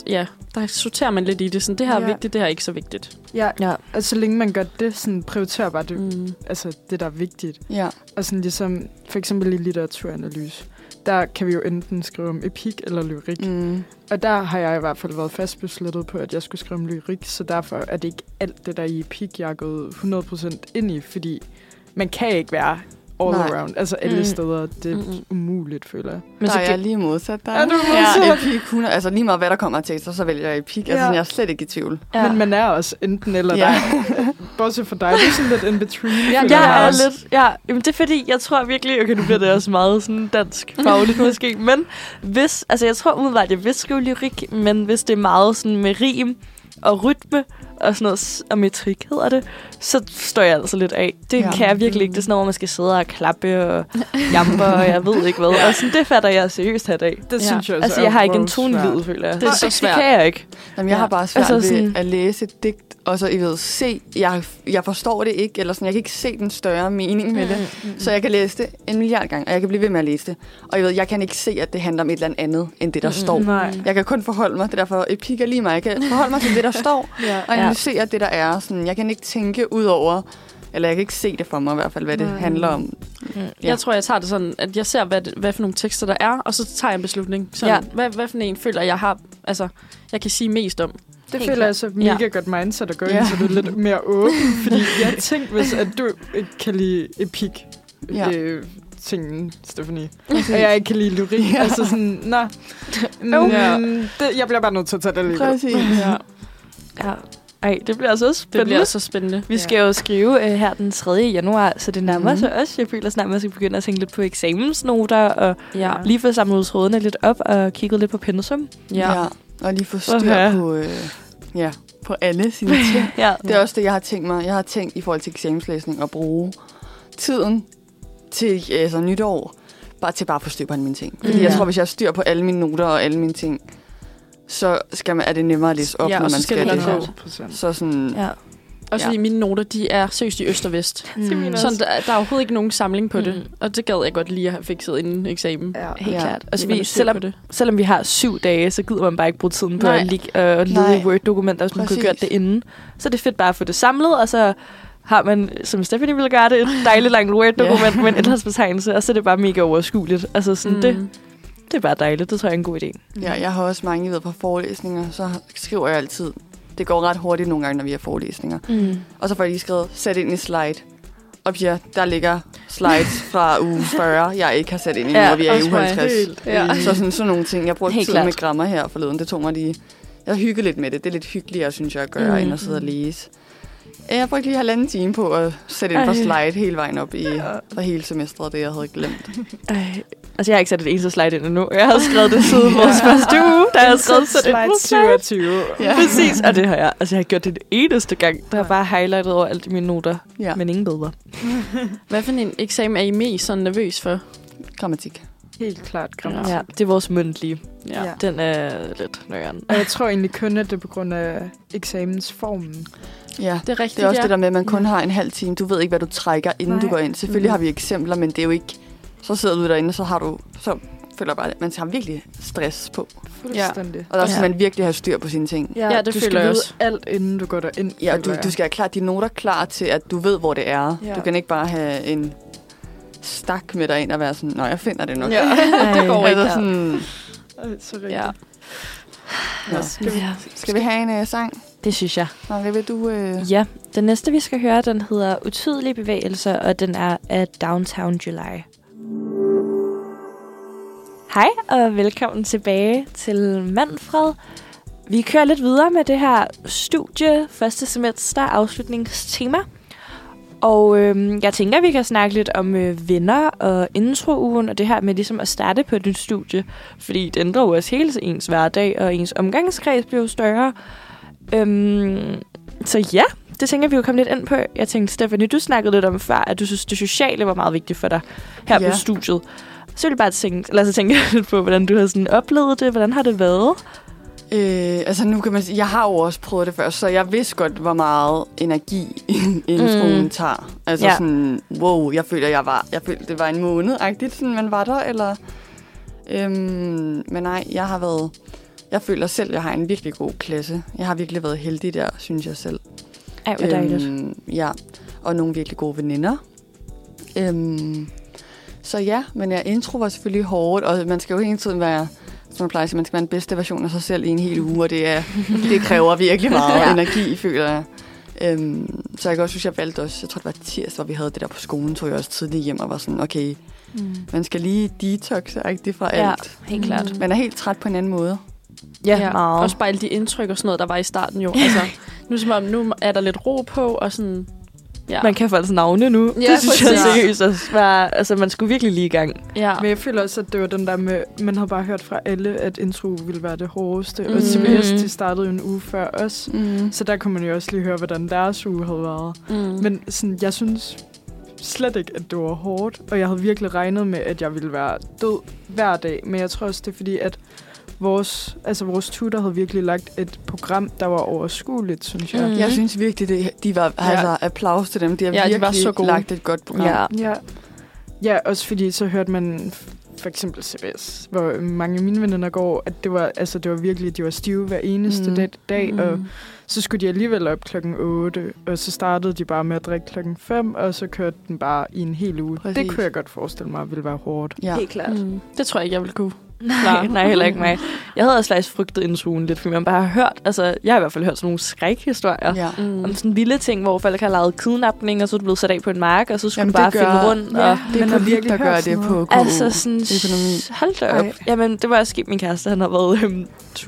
der sorterer man lidt i det. Sådan, det her er vigtigt, det her er ikke så vigtigt. Ja. Altså, så længe man gør det, sådan, prioriterer bare det, altså, det, der er vigtigt. Ja. Og sådan ligesom, for eksempel i litteraturanalyse, der kan vi jo enten skrive om epik eller lyrik. Og der har jeg i hvert fald været fast besluttet på, at jeg skulle skrive om lyrik, så derfor er det ikke alt det der i epik, jeg er gået 100% ind i, fordi man kan ikke være all around. Altså alle steder. Det er umuligt, føler jeg. Men der er jeg lige modsat. Der er du modsat? Ja, epik 100. Altså lige meget hvad der kommer af tekster, så vælger jeg epik. Altså jeg er slet ikke i tvivl. Ja. Men man er også enten eller der. Bortset for dig, du er sådan lidt in between. Jeg er lidt. Ja, jamen det er fordi, jeg tror virkelig, okay, nu bliver det også meget sådan dansk fagligt måske, men hvis, altså jeg tror umiddelbart, at jeg vil skrive lyrik, men hvis det er meget sådan med rim og rytme og sådan noget, og metrik hedder det, så står jeg altså lidt af. Det kan jeg virkelig ikke. Det er sådan noget, hvor man skal sidde og klappe og jamper, og jeg ved ikke hvad. Og sådan, det fatter jeg seriøst her dag. Det synes jeg også altså, jeg har ikke en tone i livet, føler jeg. Det er så svært. Det kan jeg ikke. Jamen, jeg har bare svært ved at læse et digt, og så I ved, se, jeg forstår det ikke, eller sådan, jeg kan ikke se den større mening med det. Så jeg kan læse det 1 milliard gange, og jeg kan blive ved med at læse det. Og jeg kan ikke se, at det handler om et eller andet end det, der står. Jeg kan kun forholde mig, det er derfor epik er lige mig. Jeg kan forholde mig til det, der står, og analysere det, der er. Sådan, jeg kan ikke tænke ud over, eller jeg kan ikke se det for mig i hvert fald, hvad det handler om. Jeg tror, jeg tager det sådan, at jeg ser, hvad for nogle tekster der er, og så tager jeg en beslutning. Sådan, hvad for en føler jeg har, altså, jeg kan sige mest om. Det føler jeg så mega godt mindset at gå ind, så du er lidt mere åben. Fordi jeg tænkte, hvis at du ikke kan lide epik tingen, Stephanie, og jeg ikke kan lide lyrik. Altså sådan, jeg bliver bare nødt til at tage det alligevel. Præcis. Ja. Ej, det bliver altså spændende. Det bliver så spændende. Vi skal jo skrive her den 3. januar, så det nærmer sig også. Jeg føler snart, at man skal begynde at tænke lidt på eksamensnoter, og lige få samlet trådene lidt op, og kigget lidt på pensum. Ja, og lige få styr på alle sine ting. Det er også det, jeg har tænkt mig. Jeg har tænkt i forhold til eksamenslæsning at bruge tiden til nytår, bare til at få styr på alle mine ting. Fordi jeg tror, hvis jeg har styr på alle mine noter og alle mine ting, så er det nemmere at læse op, når man skal det. Så sådan... Ja. Også fordi mine noter, de er seriøst i øst og vest. Så der er overhovedet ikke nogen samling på det. Og det gad jeg godt lige at have fikset inden eksamen. Ja, helt klart. Altså, selvom vi har 7 dage, så gider man bare ikke bruge tiden på at lede i Word-dokumenter, hvis man kunne gøre det inden. Så er det fedt bare at få det samlet, og så har man, som Stephanie ville gøre det, et dejligt langt Word-dokument med en indholdsbetegnelse, og så er det bare mega overskueligt. Altså sådan det er bare dejligt. Det tror jeg er en god idé. Ja, jeg har også mange ved på forelæsninger, så skriver jeg altid. Det går ret hurtigt nogle gange, når vi har forelæsninger. Og så får jeg lige skrevet, sæt ind i slide. Og Pia, der ligger slides fra uge 40, jeg ikke har sat ind i nu, og vi er i uge 50. Så sådan nogle ting. Jeg brugte tid med grammer her forleden. Det tog mig lige... Jeg hyggede lidt med det. Det er lidt hyggeligere, synes jeg, at gøre, end at sidde og læse. Jeg brugte lige 1,5 time på at sætte ind for slide hele vejen op for hele semestret, det jeg havde glemt. Altså, jeg har ikke sat et eneste slide ind endnu. Jeg har skrevet det siden vores første uge, der jeg har skrevet slide 27. Ja. Præcis, og det har jeg. Altså, jeg har gjort det eneste gang. Der har bare highlightet over alt i mine noter, men ingen bedre. Hvad for en eksamen er I mest sådan nervøs for? Grammatik. Helt klart grammatik. Ja, det er vores mundtlige. Ja. Den er lidt nøjeren. Og jeg tror egentlig kun, at det er på grund af eksamensformen. Ja, det er rigtigt. Det er også det der med, at man kun har en halv time. Du ved ikke, hvad du trækker, inden du går ind. Selvfølgelig har vi eksempler, men det er jo ikke... Så sidder du derinde, så har du... Så føler jeg bare, at man har virkelig stress på. Fuldstændig. Og der skal man virkelig have styr på sine ting. Ja, det føler jeg også. Alt, inden du går derind. Ja, og du skal have klart dine noter klar til, at du ved, hvor det er. Ja. Du kan ikke bare have en stak med dig ind og være sådan, nå, jeg finder det nok. Ja, det går ikke. Altså sådan... Så rigtigt. Ja. Skal vi have en sang? Det synes jeg. Hvad vil du? Ja, den næste, vi skal høre, den hedder Utydelige Bevægelser, og den er af Downtown July. Hej, og velkommen tilbage til Manfred. Vi kører lidt videre med det her studie, første semester afslutningstema. Og jeg tænker, at vi kan snakke lidt om venner og introugen, og det her med ligesom at starte på et nyt studie. Fordi det ændrer jo også hele ens hverdag, og ens omgangskreds bliver jo større. Så ja, det tænker vi jo komme lidt ind på. Jeg tænkte, Stephanie, du snakkede lidt om før, at du synes, det sociale var meget vigtigt for dig her på studiet. Så vil jeg bare tænke lidt på, hvordan du har sådan oplevet det. Hvordan har det været? Altså nu kan man sige, jeg har jo også prøvet det først, så jeg vidste godt, hvor meget energi introen tager. Altså sådan, wow, jeg følte, det var en måned-agtigt, sådan man var der, eller... men nej, jeg føler selv, jeg har en virkelig god klasse. Jeg har virkelig været heldig der, synes jeg selv. Ej, hvor dejligt. Ja, og nogle virkelig gode veninder. Så ja, men intro var selvfølgelig hårdt, og man skal jo hele tiden være... Som man plejer at sige, man skal være den bedste version af sig selv i en hel uge, og det kræver virkelig meget energi, føler jeg. Så jeg kan også synes, jeg valgte også, jeg tror det var tirsdag, hvor vi havde det der på skolen, tog jeg også tidligt hjem og var sådan, okay, man skal lige detoxe-agtigt fra alt. Ja, helt klart. Man er helt træt på en anden måde. Ja, meget. Også bare alle de indtryk og sådan noget, der var i starten jo. Altså, nu er der lidt ro på, og sådan... Ja. Man kan få altså navne nu. Ja, det synes jeg seriøst altså, man skulle virkelig lige i gang. Ja. Men jeg føler også, at det var den der med, man havde bare hørt fra alle, at intro ville være det hårdeste. Og CBS, de startede jo en uge før os. Så der kunne man jo også lige høre, hvordan deres uge havde været. Men sådan, jeg synes slet ikke, at det var hårdt. Og jeg havde virkelig regnet med, at jeg ville være død hver dag. Men jeg tror også, det er fordi, at vores tutor havde virkelig lagt et program, der var overskueligt, synes jeg. Jeg synes virkelig, de var altså applaus til dem. De har virkelig lagt et godt program. Ja, også fordi så hørte man for eksempel CBS, hvor mange af mine veninder går, at det var virkelig, de var stive hver eneste dag, og så skulle de alligevel op 8:00, og så startede de bare med at drikke 5:00, og så kørte den bare i en hel uge. Præcis. Det kunne jeg godt forestille mig ville være hårdt. Ja. Helt klart. Det tror jeg ikke, jeg ville kunne. Nej, heller ikke mig. Jeg havde også faktisk frygtet introen lidt, fordi man bare har hørt, altså jeg har i hvert fald hørt sådan nogle skrækhistorier om sådan vilde ting, hvor folk har lavet kidnapning, og så er du blevet sat af på en mark, og så skulle du bare finde rundt. Ja, det er virkelig, der gør det på KU. Altså sådan, hold da op. Jamen, det var også sket min kæreste, han har været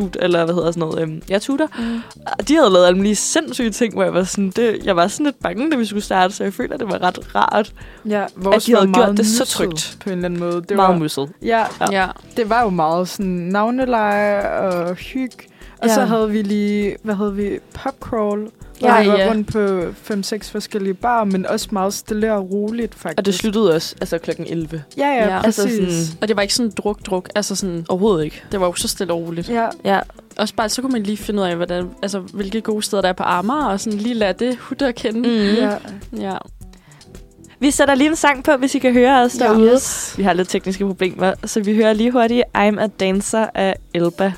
tutor. Og de havde lavet alle mulige sindssyge ting, hvor jeg var sådan, jeg var sådan lidt bange, da vi skulle starte, så jeg føler, at det var ret rart, at de havde gjort det så trygt. På en eller anden måde. Det meget musset. Ja, det var jo meget sådan navneleje og hygge. Og så havde vi lige, popcrawl, hvor vi var rundt på 5-6 forskellige barer, men også meget stille og roligt, faktisk. Og det sluttede også, altså 11:00. Ja, altså præcis. Sådan, og det var ikke sådan druk, altså sådan... Overhovedet ikke. Det var jo så stille og roligt. Ja. Også bare, så kunne man lige finde ud af, hvilke gode steder der er på Amager, og sådan lige lade det hutte at kende. Ja. Vi sætter lige en sang på, hvis I kan høre os derude. Yes. Vi har lidt tekniske problemer, så vi hører lige hurtigt I'm a Dancer af Elba.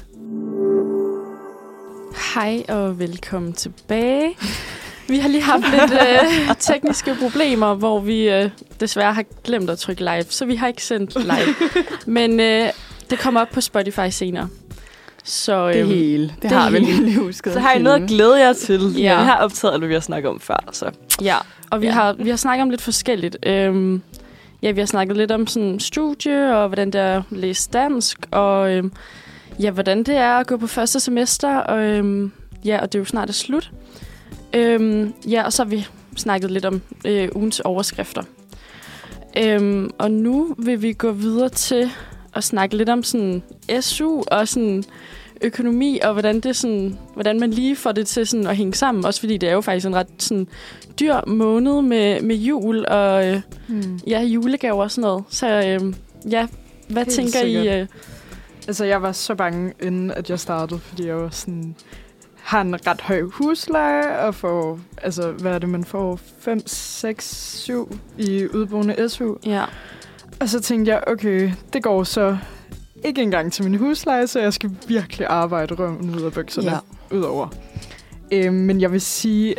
Hej og velkommen tilbage. Vi har lige haft lidt tekniske problemer, hvor vi desværre har glemt at trykke live, så vi har ikke sendt live. Men det kommer op på Spotify senere. Så, det hele. Det har vi lige husket. Så har I noget at glæde jer til. Ja. Vi har optaget, hvad vi har snakket om før. Så. Ja, og vi har snakket om lidt forskelligt. Vi har snakket lidt om sådan studie, og hvordan det er at læse dansk, og hvordan det er at gå på første semester, og det er jo snart slut. Og så har vi snakket lidt om ugens overskrifter. Og nu vil vi gå videre til at snakke lidt om sådan SU og sådan økonomi, og hvordan man lige får det til sådan at hænge sammen. Også fordi det er jo faktisk en ret sådan dyr måned med jul og julegaver og sådan noget. Så hvad helt tænker sikkert. I? Altså, jeg var så bange, inden at jeg startede, fordi jeg var sådan... har en ret høj husleje, og får, hvad er det, man får? 5, 6, 7 i udboende SU. Ja. Og så tænkte jeg, okay, det går så ikke engang til min husleje, så jeg skal virkelig arbejde røven ud af bukserne udover. Men jeg vil sige,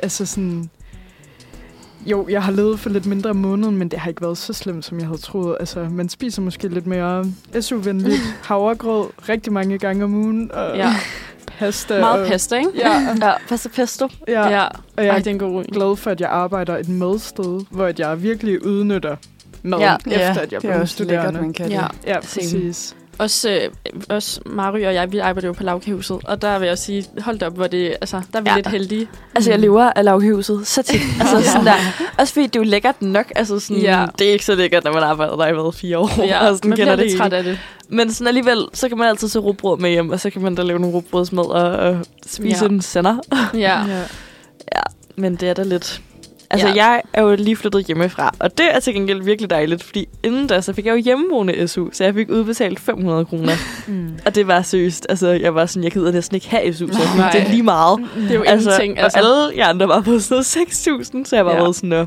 jo, jeg har levet for lidt mindre om måneden, men det har ikke været så slemt, som jeg havde troet. Altså, man spiser måske lidt mere SU-venligt havregrød rigtig mange gange om ugen. Og pasta. Meget pasta, ikke? Ja, pasta pesto. Ja. Og jeg er en god glad for, at jeg arbejder et madsted, hvor jeg virkelig udnytter maden, efter at jeg blev studerende. Man kan ja, præcis. Også Mary og jeg, vi arbejder jo på lavkagehuset, og der vil jeg sige, hold op, hvor det, altså, der er vi lidt heldige. Altså, jeg lever af lavkagehuset så tit. Altså, sådan der. Også fordi det er jo lækkert nok. Altså, sådan, det er ikke så lækkert, når man arbejder der i 4 år. Ja, og sådan, man bliver lidt træt af det. Men sådan alligevel, så kan man altid se rugbrød med hjem, og så kan man da lave nogle rugbrødsmad og spise en sender. Ja. Men det er da lidt... Altså, jeg er jo lige flyttet hjemmefra, og det er til gengæld virkelig dejligt, fordi inden da, så fik jeg jo hjemmeboende SU, så jeg fik udbetalt 500 kroner. Og det var seriøst. Altså, jeg var sådan, jeg gider næsten ikke have SU, så det er lige meget. Det er jo ingenting. Altså. Og alle jer andre var på sådan noget 6.000, så jeg var været sådan,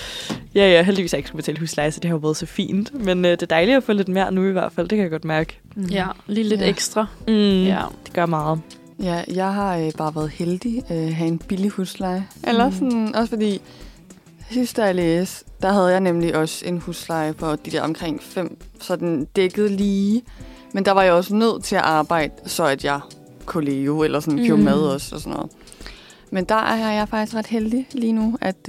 ja, heldigvis har jeg ikke skulle betale husleje, så det har jo været så fint. Men det er dejligt at få lidt mere nu i hvert fald, det kan jeg godt mærke. Ja, lige lidt ekstra. Ja, det gør meget. Ja, jeg har bare været heldig at have en billig husleje. Eller sådan, også fordi sidst da jeg læste, der havde jeg nemlig også en husleje på de der omkring 5, så den dækkede lige. Men der var jeg også nødt til at arbejde, så at jeg kunne leve, eller sådan købe mad også og sådan noget. Men der er jeg faktisk ret heldig lige nu, at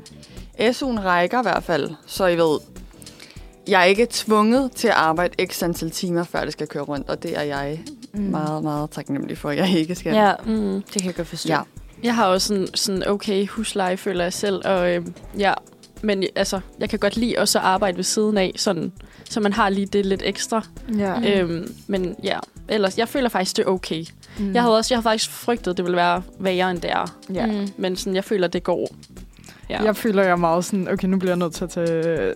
SU'en rækker i hvert fald, så I ved, jeg er ikke tvunget til at arbejde x antal timer, før det skal køre rundt, og det er jeg meget, meget taknemmelig for, at jeg ikke skal. Ja, det kan jeg godt forstå. Ja. Jeg har også sådan okay husleje, føler jeg selv, og men altså, jeg kan godt lide også at arbejde ved siden af, sådan, så man har lige det lidt ekstra. Ja. Men ja, ellers, jeg føler faktisk, det er okay. Jeg havde faktisk frygtet, at det ville være værre, end det er. Ja. Men sådan, jeg føler, det går. Ja. Jeg føler, jeg er meget sådan, okay, nu bliver jeg nødt til at tage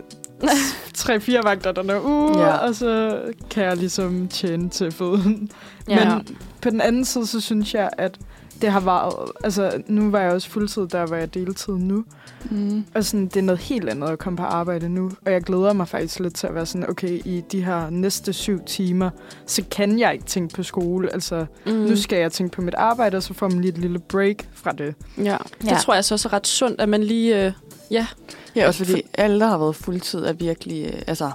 3-4 vagter dernede, og så kan jeg ligesom tjene til foden. Men på den anden side, så synes jeg, at det har været... Altså, nu var jeg også fuldtid, der var jeg deltid nu. Og sådan, det er noget helt andet at komme på arbejde nu. Og jeg glæder mig faktisk lidt til at være sådan, okay, i de her næste 7 timer, så kan jeg ikke tænke på skole. Altså, nu skal jeg tænke på mit arbejde, og så får man lige et lille break fra det. Ja, det tror jeg så også er ret sundt, at man lige... Ja, også fordi alle, der har været fuldtid, er virkelig...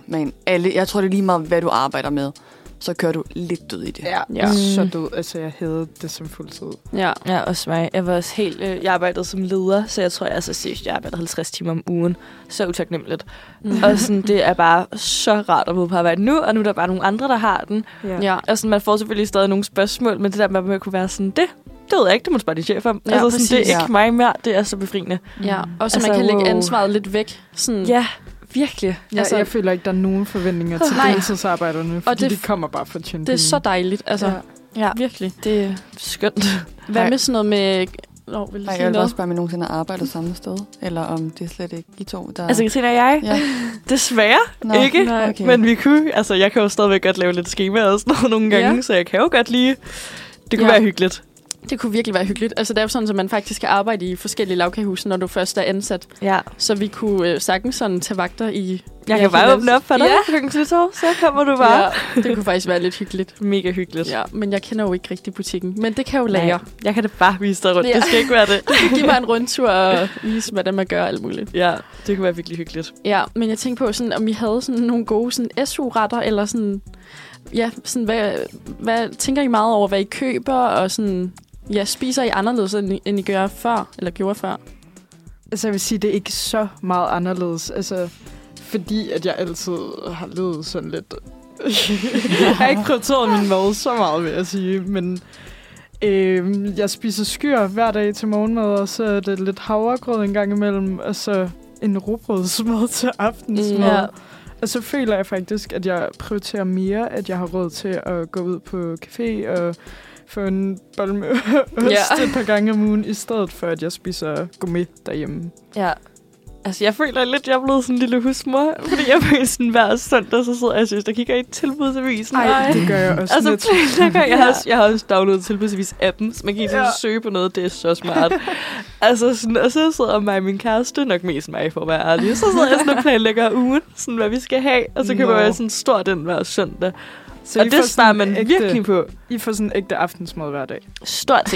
jeg tror, det er lige meget, hvad du arbejder med. Så kører du lidt død i det. Ja. Så død. Altså, jeg havde det som fuldtid. Ja, også mig. Jeg var også helt... jeg arbejdede som leder, så jeg tror, jeg arbejdede 50 timer om ugen. Så utaknemmeligt. Og sådan, det er bare så rart at være på arbejde nu, og nu er der bare nogle andre, der har den. Ja. Og sådan, man får selvfølgelig stadig nogle spørgsmål, men det der med at kunne være sådan, det ved jeg ikke, det må du bare din chef om. Ja, altså, sådan, det er ikke mig mere, det er så befriende. Ja, og så man kan lægge ansvaret lidt væk. Sådan. Ja, virkelig. Ja, altså, jeg føler ikke, der er nogen forventninger til deltidsarbejderne, fordi de kommer bare for at tjene det er så dejligt, altså. Ja, virkelig. Det er skønt. Hvad med sådan noget med... Jeg vil også bare med nogensinde arbejde samme sted, eller om det er slet ikke I to, der... Altså, Katrine og jeg? Ja. Desværre ikke, okay. Men vi kunne... Altså, jeg kan jo stadigvæk godt lave lidt schema og sådan noget nogle gange, så jeg kan jo godt lige... Det kunne være hyggeligt. Det kunne virkelig være hyggeligt. Altså, det er jo sådan, at man faktisk kan arbejde i forskellige lavkagehuse, når du først er ansat. Ja. Så vi kunne sagtens sådan tage vagter i... Jeg kan bare åbne op for dig, så kommer du bare. Ja, det kunne faktisk være lidt hyggeligt. Mega hyggeligt. Ja, men jeg kender jo ikke rigtig butikken. Men det kan jo lære. Jeg kan det bare vise dig rundt. Det skal ikke være det. Giv mig en rundtur og vise, hvordan man gør alt muligt. Ja, det kunne være virkelig hyggeligt. Ja, men jeg tænkte på, sådan, om I havde sådan nogle gode sådan SU-retter, eller sådan... Ja, sådan, hvad tænker I meget over, hvad I køber, og sådan... Ja, spiser I anderledes, end I gjorde før? Altså, jeg vil sige, det er ikke så meget anderledes. Altså, fordi at jeg altid har levet sådan lidt... Jeg har ikke prioriteret min mad så meget, vil jeg sige. Men jeg spiser skyr hver dag til morgenmad, og så er det lidt havregrød en gang imellem, og så en rugbrødsmad til aftensmad. Ja. Og så føler jeg faktisk, at jeg prioriterer mere, at jeg har råd til at gå ud på café og få en bolle med ost et par gange om ugen, i stedet for, at jeg spiser gourmet derhjemme. Ja. Altså, jeg føler lidt, at jeg er blevet sådan en lille husmor, fordi jeg føler sådan hver søndag, så sidder jeg og synes, der kigger i et tilbudsavisen. Ej, det gør jeg også altså, lidt. Jeg har også downloadet tilbudsavis-appen, så man kan ikke søge på noget, det er så smart. Altså, sådan, og så sidder mig og min kæreste, nok mest mig for at være ærlig, så sidder jeg sådan og planlægger ugen, sådan, hvad vi skal have, og så køber jeg sådan stor den hver søndag. Så og det sparer man virkelig på. I får sådan ægte aftensmad hver dag? Stort set.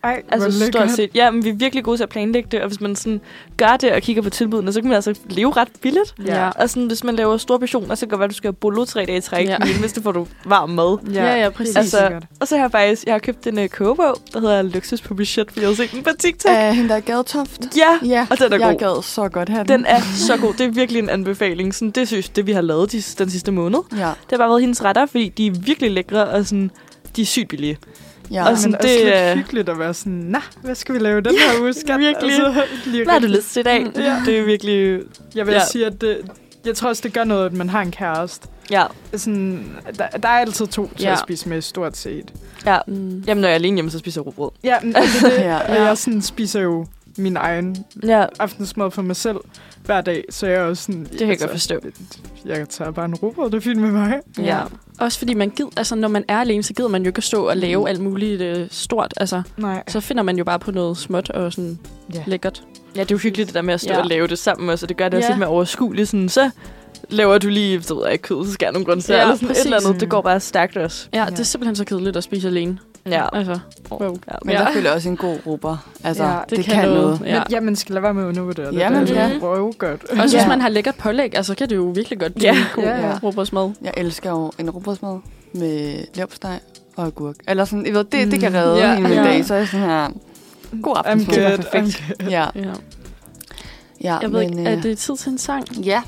Ej, Altså stort set. Ja, men vi er virkelig gode til at planlægge det, og hvis man sådan gør det og kigger på tilbudene, så kan man altså leve ret billigt. Ja. Og sådan, hvis man laver store portioner, så kan det godt være, at du skal have bolo 3 dage i træk, men hvis du får du varm mad. Ja, præcis. Altså, og så har jeg købt en kogebog, der hedder Luksus på budget, for jeg har set den på TikTok. Hende der er Gadetoft. Ja, og den er god. Jeg gad så godt have den. Den er så god. Det er virkelig en anbefaling. Sådan, det synes det, vi har lavet den sidste måned. Ja. Det har bare været hendes retter, fordi de er virkelig lækre, og sådan, de er sygt billige. Ja, og sådan, det er lidt hyggeligt at være sådan, hvad skal vi lave den her uge, skat? Virkelig. Altså, hvad har du lyst til i dag? Det er virkelig... Jeg vil sige, at jeg tror også, det gør noget, at man har en kæreste. Ja. Sådan, der er altid 2 til at spise med, stort set. Ja. Jamen, når jeg er alene hjemme, så spiser jeg rugbrød. Ja, altså det. Jeg sådan, spiser jo min egen aftensmad for mig selv hver dag, så jeg er også sådan... Det kan jeg godt forstå. Jeg tager bare en rugbrød, det er fint med mig. Ja. Også fordi man gider, altså når man er alene, så gider man jo ikke at stå og lave alt muligt stort. Altså, så finder man jo bare på noget småt og sådan lækkert. Ja, det er jo hyggeligt det der med at stå og lave det sammen også, og det gør det også lidt mere overskueligt. Sådan, så laver du lige, så ved jeg ikke, kød, så skærer nogle grøntsager eller sådan et eller andet. Det går bare stærkt også. Ja, det er simpelthen så kedeligt at spise alene. Ja. Altså, men der følger også en god rubber. Altså, det kan noget. Ja, man skal lade være med at undervurdere det. Ja, man skal. Godt. Og hvis man har lækkert pålæg, altså kan det jo virkelig godt blive en god rugbrødsmad. Jeg elsker jo en rugbrødsmad med leverpostej og agurk. Eller sådan, jeg ved, det kan redde hele min dag, så er jeg sådan her, god aftensmad. Det er perfekt. Ja. Jeg ved ikke, er det tid til en sang? Ja.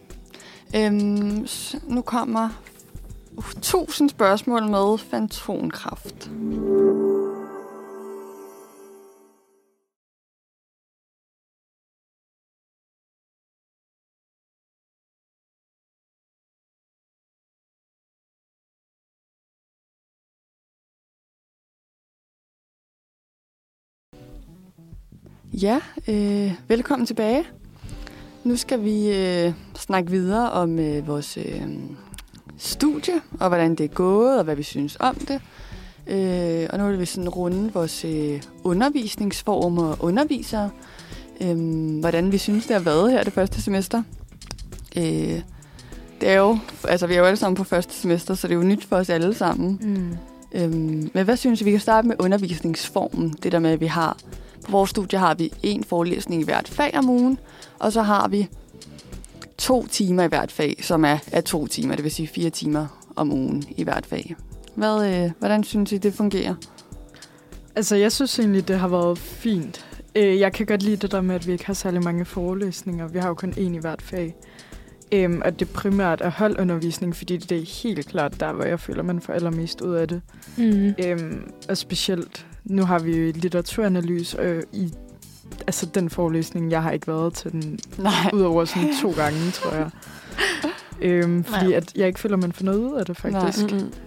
Nu kommer 1000 spørgsmål med fantomkraft. Ja, velkommen tilbage. Nu skal vi snakke videre om vores studie, og hvordan det er gået, og hvad vi synes om det. Og nu vil vi sådan runde vores undervisningsform og undervisere. Hvordan vi synes, det har været her det første semester. Det er jo, altså vi er jo alle sammen på første semester, så det er jo nyt for os alle sammen. Men hvad synes vi kan starte med undervisningsformen? Det der med, at vi har på vores studie har vi 1 forelæsning i hvert fag om ugen, og så har vi 2 timer i hvert fag, som er 2 timer, det vil sige 4 timer om ugen i hvert fag. Hvordan synes I, det fungerer? Altså, jeg synes egentlig, det har været fint. Jeg kan godt lide det der med, at vi ikke har særlig mange forelæsninger. Vi har jo kun 1 i hvert fag. Og det primært er holdundervisning, fordi det er helt klart der, hvor jeg føler, man får allermest ud af det. Og specielt, nu har vi jo litteraturanalyse, og altså den forelæsning, jeg har ikke været til den, udover sådan 2 gange, tror jeg. Fordi at jeg ikke føler, man får noget ud af det, faktisk.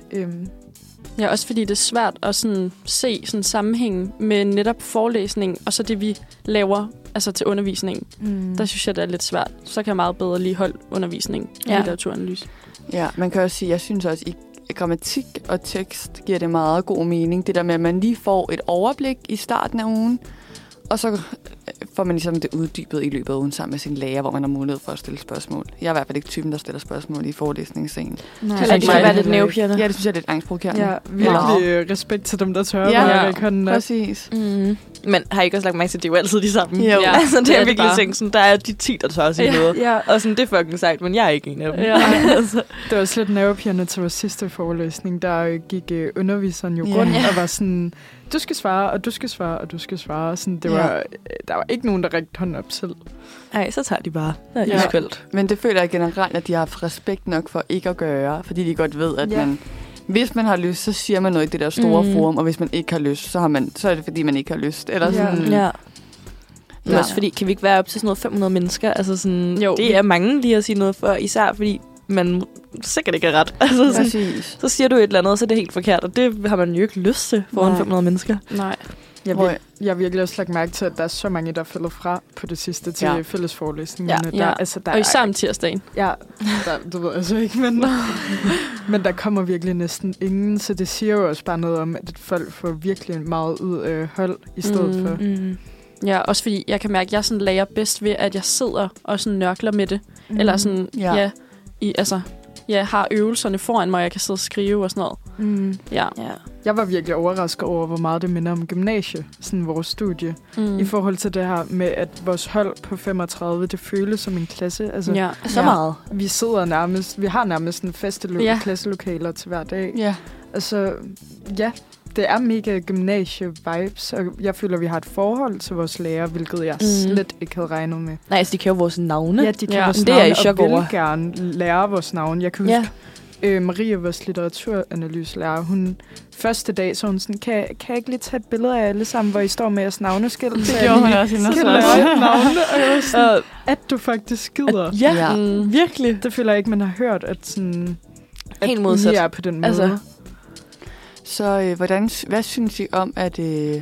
Ja, også fordi det er svært at sådan se sådan sammenhængen med netop forelæsning, og så det, vi laver altså til undervisning. Der synes jeg, det er lidt svært. Så kan jeg meget bedre lige holde undervisning i litteraturanalyse. Ja, man kan også sige, jeg synes også, i grammatik og tekst giver det meget god mening. Det der med, at man lige får et overblik i starten af ugen, og så får man ligesom det uddybet i løbet af ugen sammen med sin lærer, hvor man har mulighed for at stille spørgsmål. Jeg er i hvert fald ikke typen, der stiller spørgsmål i forelæsningsscenen. Det kan være lidt nervepirrende. Ja, det synes jeg er lidt angstprovokerende. Ja, virkelig respekt til dem, der tør. Præcis. Men har I ikke også lagt mærke til, at det er jo altid de samme? Jo. Ja, altså, det er virkelig tænkt sådan, der er de 10, der tør at sige noget. Ja. Og sådan, det er fucking sejt, men jeg er ikke en af dem. Ja. Det var også lidt nervepirrende til vores sidste forelæsning. Der gik underviseren jo rundt og var sådan, du skal svare, og du skal svare, og du skal svare. Sådan, der var ikke nogen, der rækte hånden op selv. Nej, så tager de bare. Det er iskøldt. Men det føler jeg generelt, at de har haft respekt nok for ikke at gøre, fordi de godt ved, at hvis man har lyst, så siger man noget i det der store forum, og hvis man ikke har lyst, så er det, fordi man ikke har lyst. Eller sådan. Ja. Men også fordi, kan vi ikke være op til sådan noget 500 mennesker? Altså sådan, det er mange lige at sige noget for, især fordi man sikkert ikke er ret. Altså sådan, så siger du et eller andet, så er det helt forkert, og det har man jo ikke lyst til foran 500 mennesker. Nej. Jeg har virkelig også lagt mærke til, at der er så mange, der falder fra på det sidste til fællesforelæsningerne. Og især om tirsdagen. Ja, det ved jeg så ikke, men der kommer virkelig næsten ingen, så det siger jo også bare noget om, at folk får virkelig meget ud af hold i stedet for. Ja, også fordi jeg kan mærke, at jeg sådan lærer bedst ved, at jeg sidder og sådan nørkler med det. Eller sådan, har øvelserne foran mig, og jeg kan sidde og skrive og sådan noget. Jeg var virkelig overrasket over, hvor meget det minder om gymnasie, sådan vores studie. I forhold til det her med, at vores hold på 35, det føles som en klasse. Altså, så meget. Vi har nærmest en faste klasselokaler til hver dag. Ja. Altså, ja, det er mega gymnasie-vibes, og jeg føler, at vi har et forhold til vores lærer, hvilket jeg slet ikke havde regnet med. Nej, altså, de kan jo vores navne. Ja, de kan vores navne, det er jeg i chok og vil over. gerne lære vores navn. Jeg kan huske, Maria, vores litteraturanalyselærer, hun første dag, så hun sådan, kan jeg ikke lige tage et billede af alle sammen, hvor I står med jeres navneskilt? Det gjorde hun også. Skal lære navne? Og jeg var sådan, at du faktisk gider. Ja, virkelig. Det føler jeg ikke, man har hørt, at sådan... Helt modsat. I er på den måde. Altså. Så hvad synes I om, at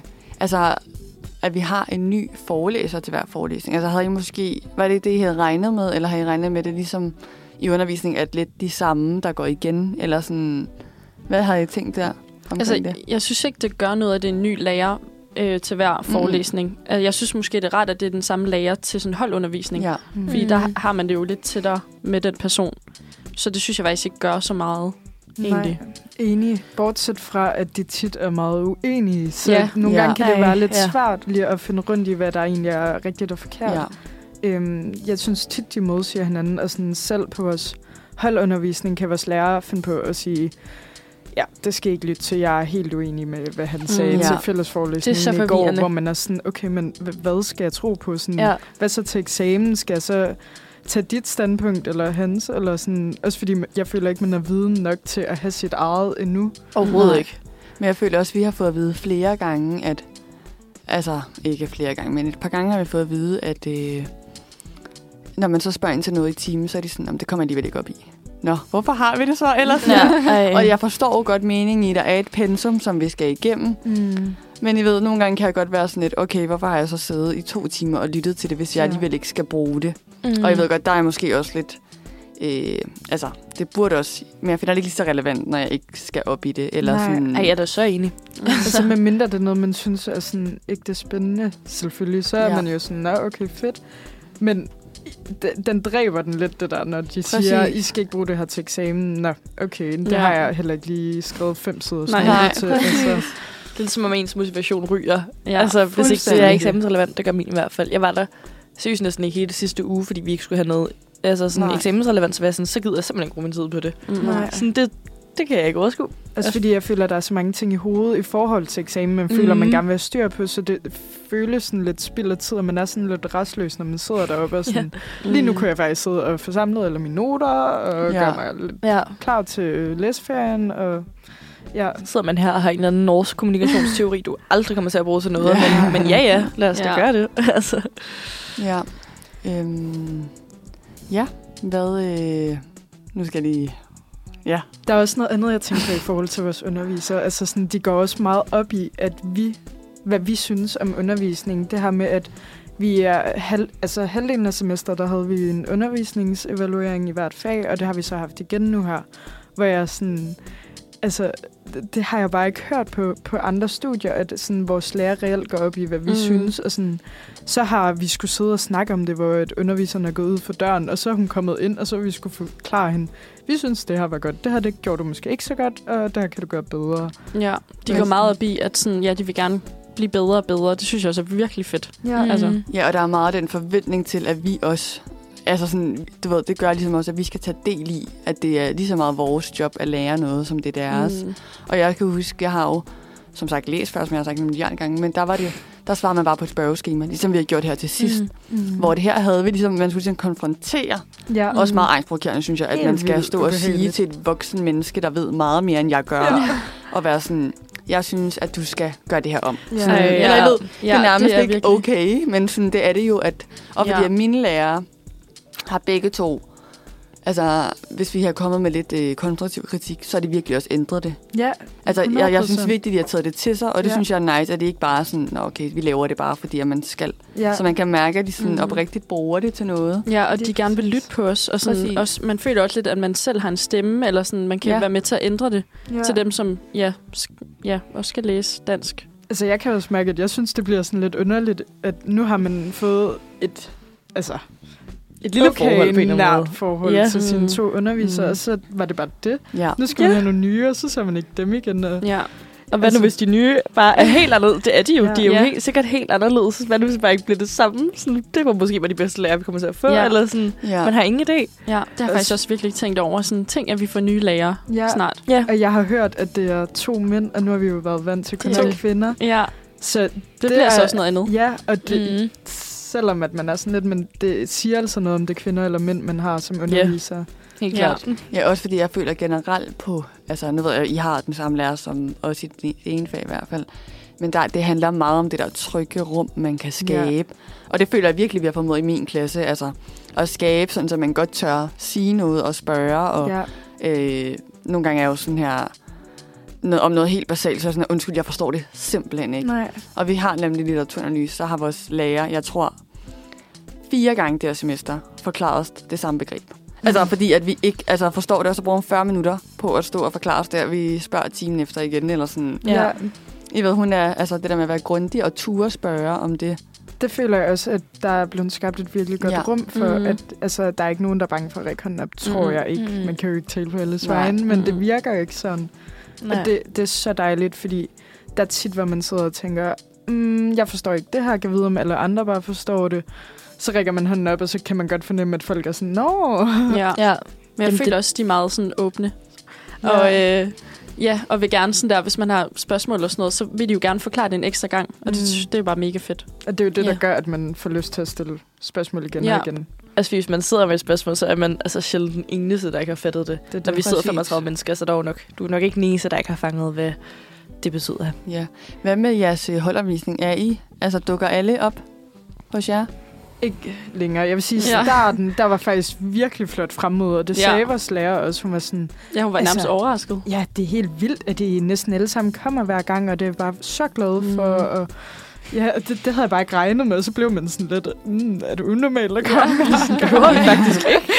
vi har en ny forelæser til hver forelæsning? Altså havde I måske, var det I havde regnet med, eller har I regnet med det ligesom i undervisning, at lidt de samme, der går igen? Eller sådan, hvad har I tænkt der? Jeg synes ikke, det gør noget, at det er en ny lærer til hver forelæsning. Jeg synes måske, det er rart, at det er den samme lærer til sådan holdundervisning. Ja. Fordi der har man det jo lidt tættere med den person. Så det synes jeg faktisk ikke gør så meget. Egentlig. Enig. Bortset fra, at de tit er meget uenige. Så nogle gange kan det være lidt svært lige at finde rundt i, hvad der egentlig er rigtigt og forkert. Ja. Jeg synes tit, de modsiger hinanden. Og sådan selv på vores holdundervisning kan vores lærer finde på at sige, ja, det skal I ikke lytte til. Jeg er helt uenig med, hvad han sagde til fællesforelæsningen i går, hvor man er sådan, okay, men hvad skal jeg tro på? Sådan, hvad så til eksamen? Skal jeg så tage dit standpunkt eller hans? Eller sådan, også fordi jeg føler ikke, man har viden nok til at have sit eget endnu. Overhovedet ikke. Men jeg føler også, at vi har fået at vide flere gange, at... Altså, ikke flere gange, men et par gange har vi fået at vide, at når man så spørger ind til noget i timen, så er de sådan, det kommer alligevel ikke op i. Nå, hvorfor har vi det så ellers? Og jeg forstår jo godt meningen i, at der er et pensum, som vi skal igennem. Men I ved, nogle gange kan jeg godt være sådan lidt, okay, hvorfor har jeg så siddet i 2 timer og lyttet til det, hvis jeg alligevel ikke skal bruge det? Og jeg ved godt, der er måske også lidt... det burde også... Men jeg finder det ikke lige så relevant, når jeg ikke skal op i det. Eller sådan... Ej, jeg er da så enig. Altså, med mindre det er noget, man synes er sådan ikke det spændende, selvfølgelig, så er man jo sådan, okay, fedt. Men den dræber den lidt, det der, når de siger, I skal ikke bruge det her til eksamen. Nå, okay, det har jeg heller ikke lige skrevet 5 sider. Nej. Til. Altså. Det er ligesom, om ens motivation ryger. Ja, altså, hvis ikke det er eksamensrelevant, det gør min i hvert fald. Jeg var der seriøst næsten ikke hele sidste uge, fordi vi ikke skulle have noget sådan eksamensrelevant, så gider jeg simpelthen ikke bruge min tid på det. Sådan, det kan jeg ikke overskue. Altså fordi jeg føler, at der er så mange ting i hovedet i forhold til eksamen, man føler, man gerne vil have styr på, så det føles sådan lidt spild af tid, og man er sådan lidt rastløs, når man sidder deroppe og sådan, lige nu kunne jeg faktisk sidde og få samlet alle mine noter, og gøre mig lidt klar til læsferien, og så sidder man her og har en eller anden norsk kommunikationsteori, du aldrig kommer til at bruge til noget, men lad os da gøre det. Altså. Ja. Nu skal jeg lige... Ja. Der er også noget andet, jeg tænker i forhold til vores undervisere. Altså sådan, de går også meget op i, at hvad vi synes om undervisningen. Det her med, at vi er halvdelen af semesteret, der havde vi en undervisningsevaluering i hvert fag, og det har vi så haft igen nu her, hvor jeg sådan... Altså, det har jeg bare ikke hørt på andre studier, at sådan, vores lærer reelt går op i, hvad vi synes. Og sådan, så har vi skulle sidde og snakke om det, hvor et underviseren er gået ud for døren, og så er hun kommet ind, og så vi skulle forklare hende, vi synes, det her var godt. Det her, det gjorde du måske ikke så godt, og det her kan du gøre bedre. Ja, de går meget op i, at sådan, de vil gerne blive bedre og bedre. Det synes jeg også er virkelig fedt. Ja, og der er meget den forventning til, at vi også... Altså sådan, du ved, det gør ligesom også, at vi skal tage del i, at det er lige så meget vores job at lære noget, som det er deres. Og jeg kan huske, jeg har jo, som sagt, læst før, som jeg har sagt en milliard gange, men der svarede man bare på et spørgeskema, ligesom vi har gjort her til sidst. Hvor det her havde vi ligesom, man skulle ligesom konfrontere. Også meget angstprovokerende, synes jeg, at man skal stå og sige til et voksen menneske, der ved meget mere, end jeg gør, og være sådan... Jeg synes, at du skal gøre det her om. Sådan, eller jeg ved, det er nærmest det er ikke okay, men sådan, det er det jo, at... Og fordi at mine lærere har begge to... Altså, hvis vi har kommet med lidt konstruktiv kritik, så har de virkelig også ændret det. Ja, altså, jeg synes virkelig, at de har taget det til sig, og det synes jeg er nice, at det ikke bare er sådan, okay, vi laver det bare, fordi at man skal. Ja. Så man kan mærke, at de sådan oprigtigt bruger det til noget. Ja, og de gerne vil lytte på os. Og sådan, også, man føler også lidt, at man selv har en stemme, eller sådan, man kan være med til at ændre det til dem, som også skal læse dansk. Altså, jeg kan også mærke, at jeg synes, det bliver sådan lidt underligt, at nu har man fået et lille forhold på en nært forhold til sine 2 undervisere, og så var det bare det. Ja. Nu skal man have nogle nye, og så ser man ikke dem igen. Og Og hvad nu, hvis de nye bare er helt anderledes? Det er de jo. Ja. De er jo Ja. helt sikkert helt anderledes. Hvad nu, hvis det bare ikke bliver det samme? Sådan, det var måske bare de bedste lærer, vi kommer til at få. Ja. Eller sådan, Ja. man har ingen idé. Ja, det har jeg faktisk også virkelig tænkt over. Sådan, tænk, at vi får nye lærere snart. Ja. Og jeg har hørt, at det er 2 mænd, og nu har vi jo været vant til kun Ja. 2 kvinder. Ja, Så det bliver så også noget andet. Ja, og det, Mm. selvom at man er sådan lidt, men det siger altså noget om det kvinder eller mænd, man har som underviser. Helt Ja. klart. Ja, også fordi jeg føler generelt på, altså nu ved jeg, I har den samme lærer som også i det ene fag i hvert fald, men det handler meget om det der trygge rum, man kan skabe. Og det føler jeg virkelig, vi har formået i min klasse, altså at skabe sådan, så man godt tør sige noget og spørge, og nogle gange er jo sådan her, om noget helt basalt, så er sådan, undskyld, jeg forstår det simpelthen ikke. Nej. Og vi har nemlig litteraturanalyse, så har vores lærer, jeg tror, 4 gange det her semester forklaret os det samme begreb. Altså fordi, at vi ikke forstår det, og så bruger hun 40 minutter på at stå og forklare os det, og vi spørger timen efter igen, eller sådan. Ja. I ved, hun er, altså det der med at være grundig og ture spørge om det. Det føler jeg også, at der er blevet skabt et virkelig godt rum for, at altså, der er ikke nogen, der er bange for at række hånden op, tror jeg ikke. Man kan jo ikke tale på alles vegne, men det virker jo ikke sådan. Og det er så dejligt, fordi der er tit, hvor man sidder og tænker, jeg forstår ikke det her, kan vide, om alle andre bare forstår det. Så rækker man hånden op, og så kan man godt fornemme, at folk er sådan, nå. Ja. Ja. Men jeg føler også, de er meget sådan åbne. Ja. Og og vil gerne sådan der, hvis man har spørgsmål og sådan noget, så vil de jo gerne forklare det en ekstra gang. Og det er bare mega fedt. Og det er jo det, der gør, at man får lyst til at stille spørgsmål igen og igen. Altså, hvis man sidder med et spørgsmål, så er man altså sjældent den eneste, der ikke har fattet det. Når vi sidder 35 mennesker, så du er nok ikke den eneste, der ikke har fanget, hvad det betyder. Ja. Hvad med jeres holdundervisning? Er I? Altså, dukker alle op hos jer? Ikke længere. Jeg vil sige, starten, der var faktisk virkelig flot fremmøde, og det sagde vores lærer også. Hun var sådan... Ja, hun var nærmest overrasket. Ja, det er helt vildt, at de næsten alle sammen kommer hver gang, og det er bare så glad for... Og, ja, det havde jeg bare ikke regnet med, og så blev man sådan lidt... er det unormalt at komme? Det gjorde vi faktisk ikke.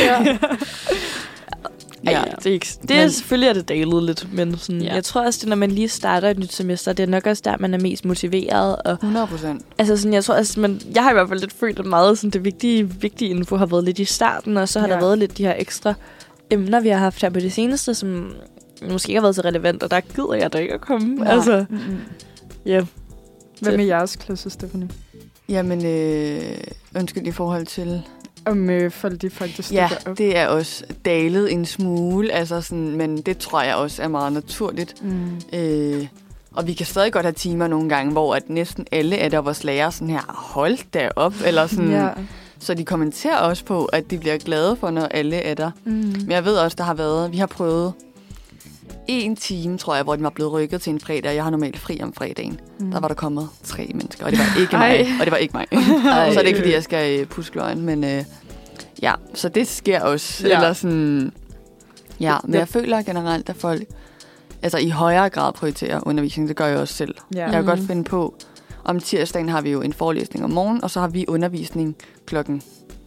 Ja. Det er selvfølgelig, at det dalede lidt, men sådan, jeg tror også, det når man lige starter et nyt semester, det er nok også der, man er mest motiveret. Og, 100%. Altså sådan, jeg tror også, jeg har i hvert fald lidt følt, at meget sådan, det vigtige info har været lidt i starten, og så har der været lidt de her ekstra emner, vi har haft her på det seneste, som måske ikke har været så relevant, og der gider jeg da ikke at komme. Ja. Altså, Hvad med jeres klasse, Stephanie? Jamen, undskyld i forhold til... Om folk, de faktisk ja, op. det er også dalet en smule, altså sådan, men det tror jeg også er meget naturligt. Og vi kan stadig godt have timer nogle gange, hvor at næsten alle af der vores lærere sådan her, hold da op, eller sådan. Så de kommenterer også på, at de bliver glade for, når alle er der. Men jeg ved også, vi har prøvet 1 time, tror jeg, hvor den var blevet rykket til en fredag. Jeg har normalt fri om fredagen. Der var der kommet 3 mennesker, og det var ikke mig. Og det var ikke mig. Så er det ikke, fordi jeg skal puske løgn, men ja, så det sker også. Ja. Eller sådan, ja, men jeg føler generelt, at folk altså i højere grad prioriterer undervisning. Det gør jeg også selv. Ja. Jeg kan godt finde på, om tirsdagen har vi jo en forelæsning om morgenen, og så har vi undervisning klokken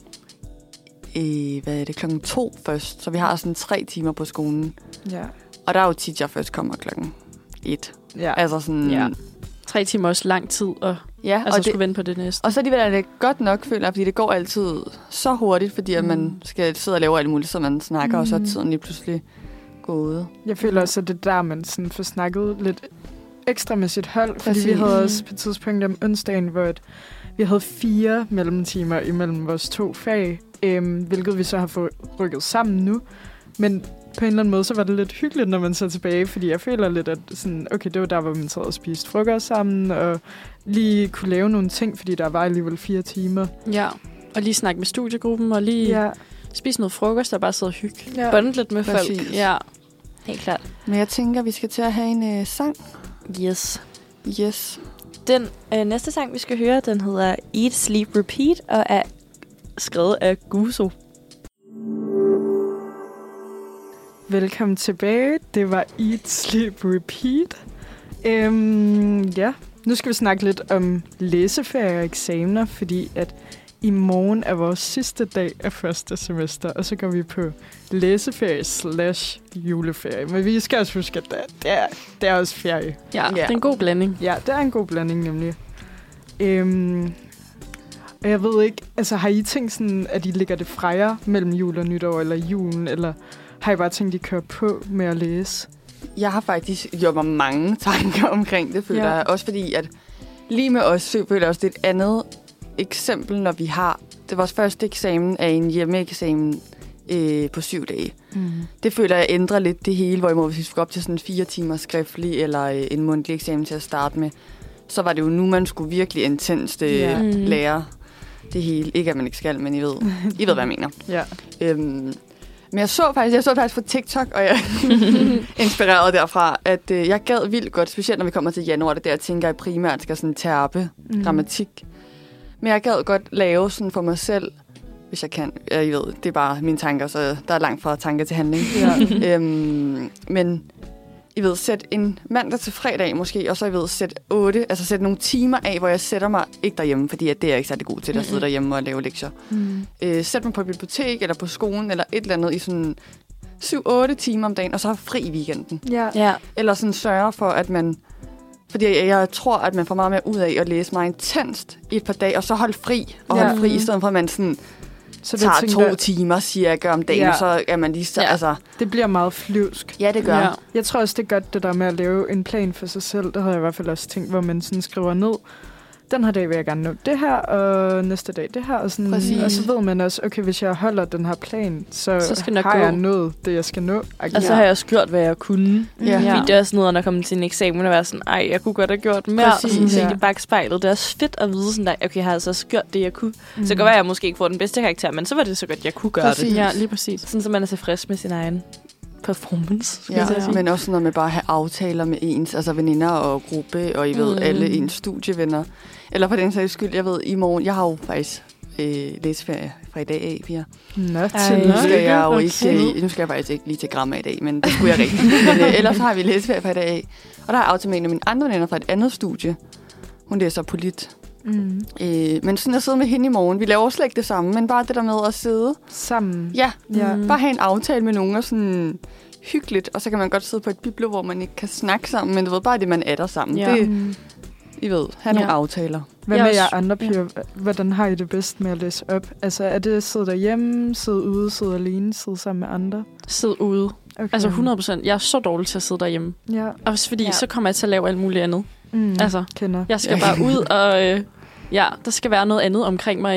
2 først. Så vi har sådan 3 timer på skolen. Ja. Og der er jo tit, jeg først kommer klokken 1. Ja. Altså sådan... Ja. 3 timer også lang tid, og skulle vente på det næste. Og så alligevel er det godt nok, føler jeg, fordi det går altid så hurtigt, fordi at man skal sidde og lave alt muligt, så man snakker, og så er tiden lige pludselig gået. Jeg føler også, at det er der, man sådan får snakket lidt ekstra med sit hold, fordi vi havde også på et tidspunkt om onsdagen, hvor vi havde 4 mellemtimer imellem vores 2 fag, hvilket vi så har fået rykket sammen nu. Men på en eller anden måde, så var det lidt hyggeligt, når man så tilbage, fordi jeg føler lidt, at sådan, okay, det var der, hvor man sad og spiste frokost sammen, og lige kunne lave nogle ting, fordi der var alligevel 4 timer. Ja, og lige snakke med studiegruppen, og lige spise noget frokost, og bare sidde og hygge. Ja. Bonde lidt med Præcis. folk. Ja, helt klart. Men jeg tænker, vi skal til at have en sang. Yes. Den næste sang, vi skal høre, den hedder Eat, Sleep, Repeat, og er skrevet af Guso. Velkommen tilbage. Det var Eat, Sleep, Repeat. Nu skal vi snakke lidt om læseferie og eksamener, fordi at i morgen er vores sidste dag af første semester, og så går vi på læseferie / juleferie. Men vi skal også huske, at det er også ferie. ja, det er en god blanding. Ja, det er en god blanding nemlig. Og jeg ved ikke, altså har I tænkt sådan, at I ligger det fra jer mellem jul og nytår, eller julen, eller har I bare tænkt, at I kører på med at læse? Jeg har faktisk gjort mig mange tanker omkring det, føler jeg. Også fordi, at lige med os, så føler jeg også, det er et andet eksempel, når vi har... Det er vores første eksamen af en hjemmeeksamen på 7 dage. Det føler jeg ændrer lidt det hele, hvorimod hvis vi skulle op til sådan 4 timer skriftlig eller en mundtlig eksamen til at starte med, så var det jo nu, man skulle virkelig intenst lære det hele. Ikke at man ikke skal, men I ved, hvad jeg mener. Ja. Men jeg så faktisk på TikTok, og jeg inspireret derfra, at jeg gad vildt godt, specielt når vi kommer til januar, det der, jeg tænker, jeg primært skal sådan terpe grammatik. Men jeg gad godt lave sådan for mig selv, hvis jeg kan. I ved, det er bare mine tanker, så der er langt fra tanke til handling. Ja. Men I ved, sæt en mandag til fredag måske, og så I ved, sæt nogle timer af, hvor jeg sætter mig, ikke derhjemme, fordi at det er jeg ikke særlig god til, at sidde derhjemme og lave lektier. Sæt mig på et bibliotek, eller på skolen, eller et eller andet i sådan 7-8 timer om dagen, og så har fri i weekenden. Ja. Eller sådan sørge for, at man... Fordi jeg tror, at man får meget mere ud af at læse meget intenst i et par dage, og så holde fri, i stedet for, at man sådan... Så det tager 2 timer cirka om dagen, så er man lige så... Altså, det bliver meget flyvsk. Ja, det gør. Ja. Jeg tror også, det er godt, det der med at lave en plan for sig selv. Det havde jeg i hvert fald også tænkt, hvor man sådan skriver ned. Den her dag vil jeg gerne nå det her, og næste dag det her. Og, sådan, og så ved man også, okay, hvis jeg holder den her plan, så skal har jeg nået det, jeg skal nå. Og så har jeg også gjort, hvad jeg kunne. Ja. Fordi det er også noget, når jeg kommer til en eksamen og være sådan, jeg kunne godt have gjort mere. Og sådan, se det bagspejlet. Det er også fedt at vide sådan der, okay, jeg har altså også gjort det, jeg kunne. Så kan være, at jeg måske ikke får den bedste karakter, men så var det så godt, jeg kunne gøre det. Ja, lige præcis. Sådan, så man er tilfreds med sin egen performance. Ja, men også noget med bare at have aftaler med ens, altså veninder og gruppe, og I ved, alle ens studievenner. Eller for den sags skyld, jeg ved, i morgen, jeg har jo faktisk læseferie fra i dag af, Pia. Nu skal jeg jo ikke, nu skal jeg faktisk ikke lige til Gramma i dag, men det skulle jeg rigtig. Men ellers har vi læseferie fra i dag af. Og der har jeg aftalt med en af mine andre venner fra et andet studie. Hun læser polit. Men sådan at sidde med hende i morgen, vi laver slet ikke det samme, men bare det der med at sidde sammen. Ja. Bare have en aftale med nogen og sådan hyggeligt, og så kan man godt sidde på et biblo, hvor man ikke kan snakke sammen, men du ved bare det, man er der sammen. Ja. Det, I ved, have nogle aftaler. Hvad med jer andre piger? Hvordan har I det bedst med at læse op? Altså, er det at sidde derhjemme, sidde ude, sidde alene, sidde sammen med andre? Sidde ude. Okay. Altså 100%. Jeg er så dårlig til at sidde derhjemme. Ja. Også fordi, så kommer jeg til at lave alt muligt andet. Altså, jeg skal bare ud, og der skal være noget andet omkring mig,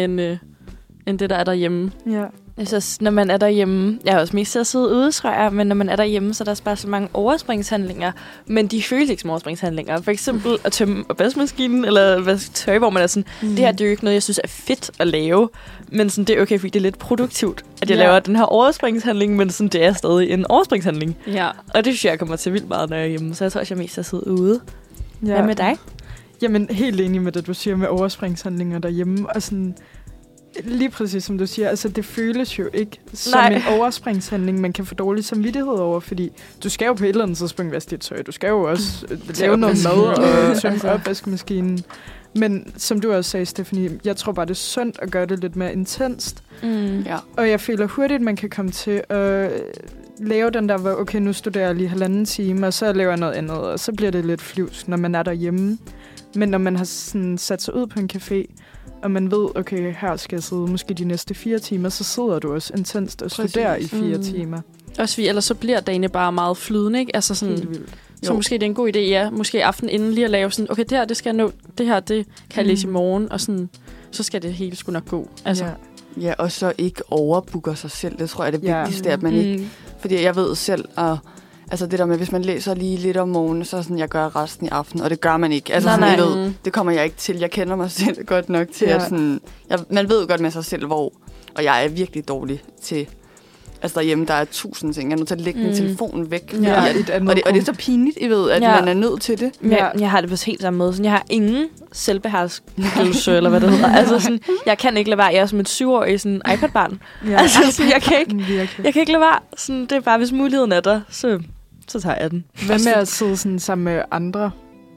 end det, der er derhjemme. Ja. Altså, når man er derhjemme, jeg er også mest til at sidde ude, tror jeg, men når man er derhjemme, så er der bare så mange overspringshandlinger, men de føles ikke som overspringshandlinger. For eksempel at tømme opvaskemaskinen, eller vaske tøj, hvor man er sådan, det her det er jo ikke noget, jeg synes er fedt at lave, men sådan, det er okay, fordi det er lidt produktivt, at jeg laver den her overspringshandling, men sådan, det er stadig en overspringshandling. Ja. Og det synes jeg kommer til vildt meget, når jeg er hjemme, så jeg tror også, jeg er mest til at sidde ude. Ja. Hvad med dig? Jamen, helt enig med det, du siger med overspringshandlinger derhjemme, og sådan... Lige præcis som du siger, altså det føles jo ikke som en overspringshandling, man kan få dårlig samvittighed over, fordi du skal jo på et eller andet tidspunkt vaske dit tøj. Du skal jo også lave noget mad og tømme opvaskemaskinen. Men som du også sagde, Stephanie, jeg tror bare, det er sundt at gøre det lidt mere intenst. Ja. Og jeg føler hurtigt, man kan komme til at lave den der, hvor okay, nu studerer jeg lige 1,5 time, og så laver jeg noget andet, og så bliver det lidt flyvsk, når man er derhjemme. Men når man har sådan sat sig ud på en café, og man ved, okay, her skal jeg sidde måske de næste 4 timer, så sidder du også intenst og studerer i 4 timer. Også fordi, ellers så bliver dagene bare meget flydende, ikke? Altså sådan, så måske det er en god idé, måske aften inden lige at lave sådan, okay, det her, det skal jeg nå, det her, det kan jeg læse i morgen, og sådan, så skal det hele sgu nok gå. Altså. Ja, og så ikke overbooker sig selv, det tror jeg er det vigtigste, at man ikke, fordi jeg ved selv, altså det der med, hvis man læser lige lidt om morgenen, så sådan, jeg gør resten i aften, og det gør man ikke. Altså sådan, jeg ved, det kommer jeg ikke til. Jeg kender mig selv godt nok til, at sådan, man ved godt med sig selv, hvor, og jeg er virkelig dårlig til, altså derhjemme, der er 1000 ting. Jeg er nødt til at lægge min telefon væk. Og det er så pinligt, I ved, at man er nødt til det. Ja. Jeg har det på helt samme måde. Sådan, jeg har ingen selvbeherskelse, eller hvad det hedder. Altså sådan, jeg kan ikke lade være. Jeg er som et 7-årig sådan iPad-barn. Ja. Altså sådan, jeg kan ikke lade være. Sådan, det er bare, hvis muligheden er der, så tager jeg den. Hvad med at sidde sådan sammen med andre?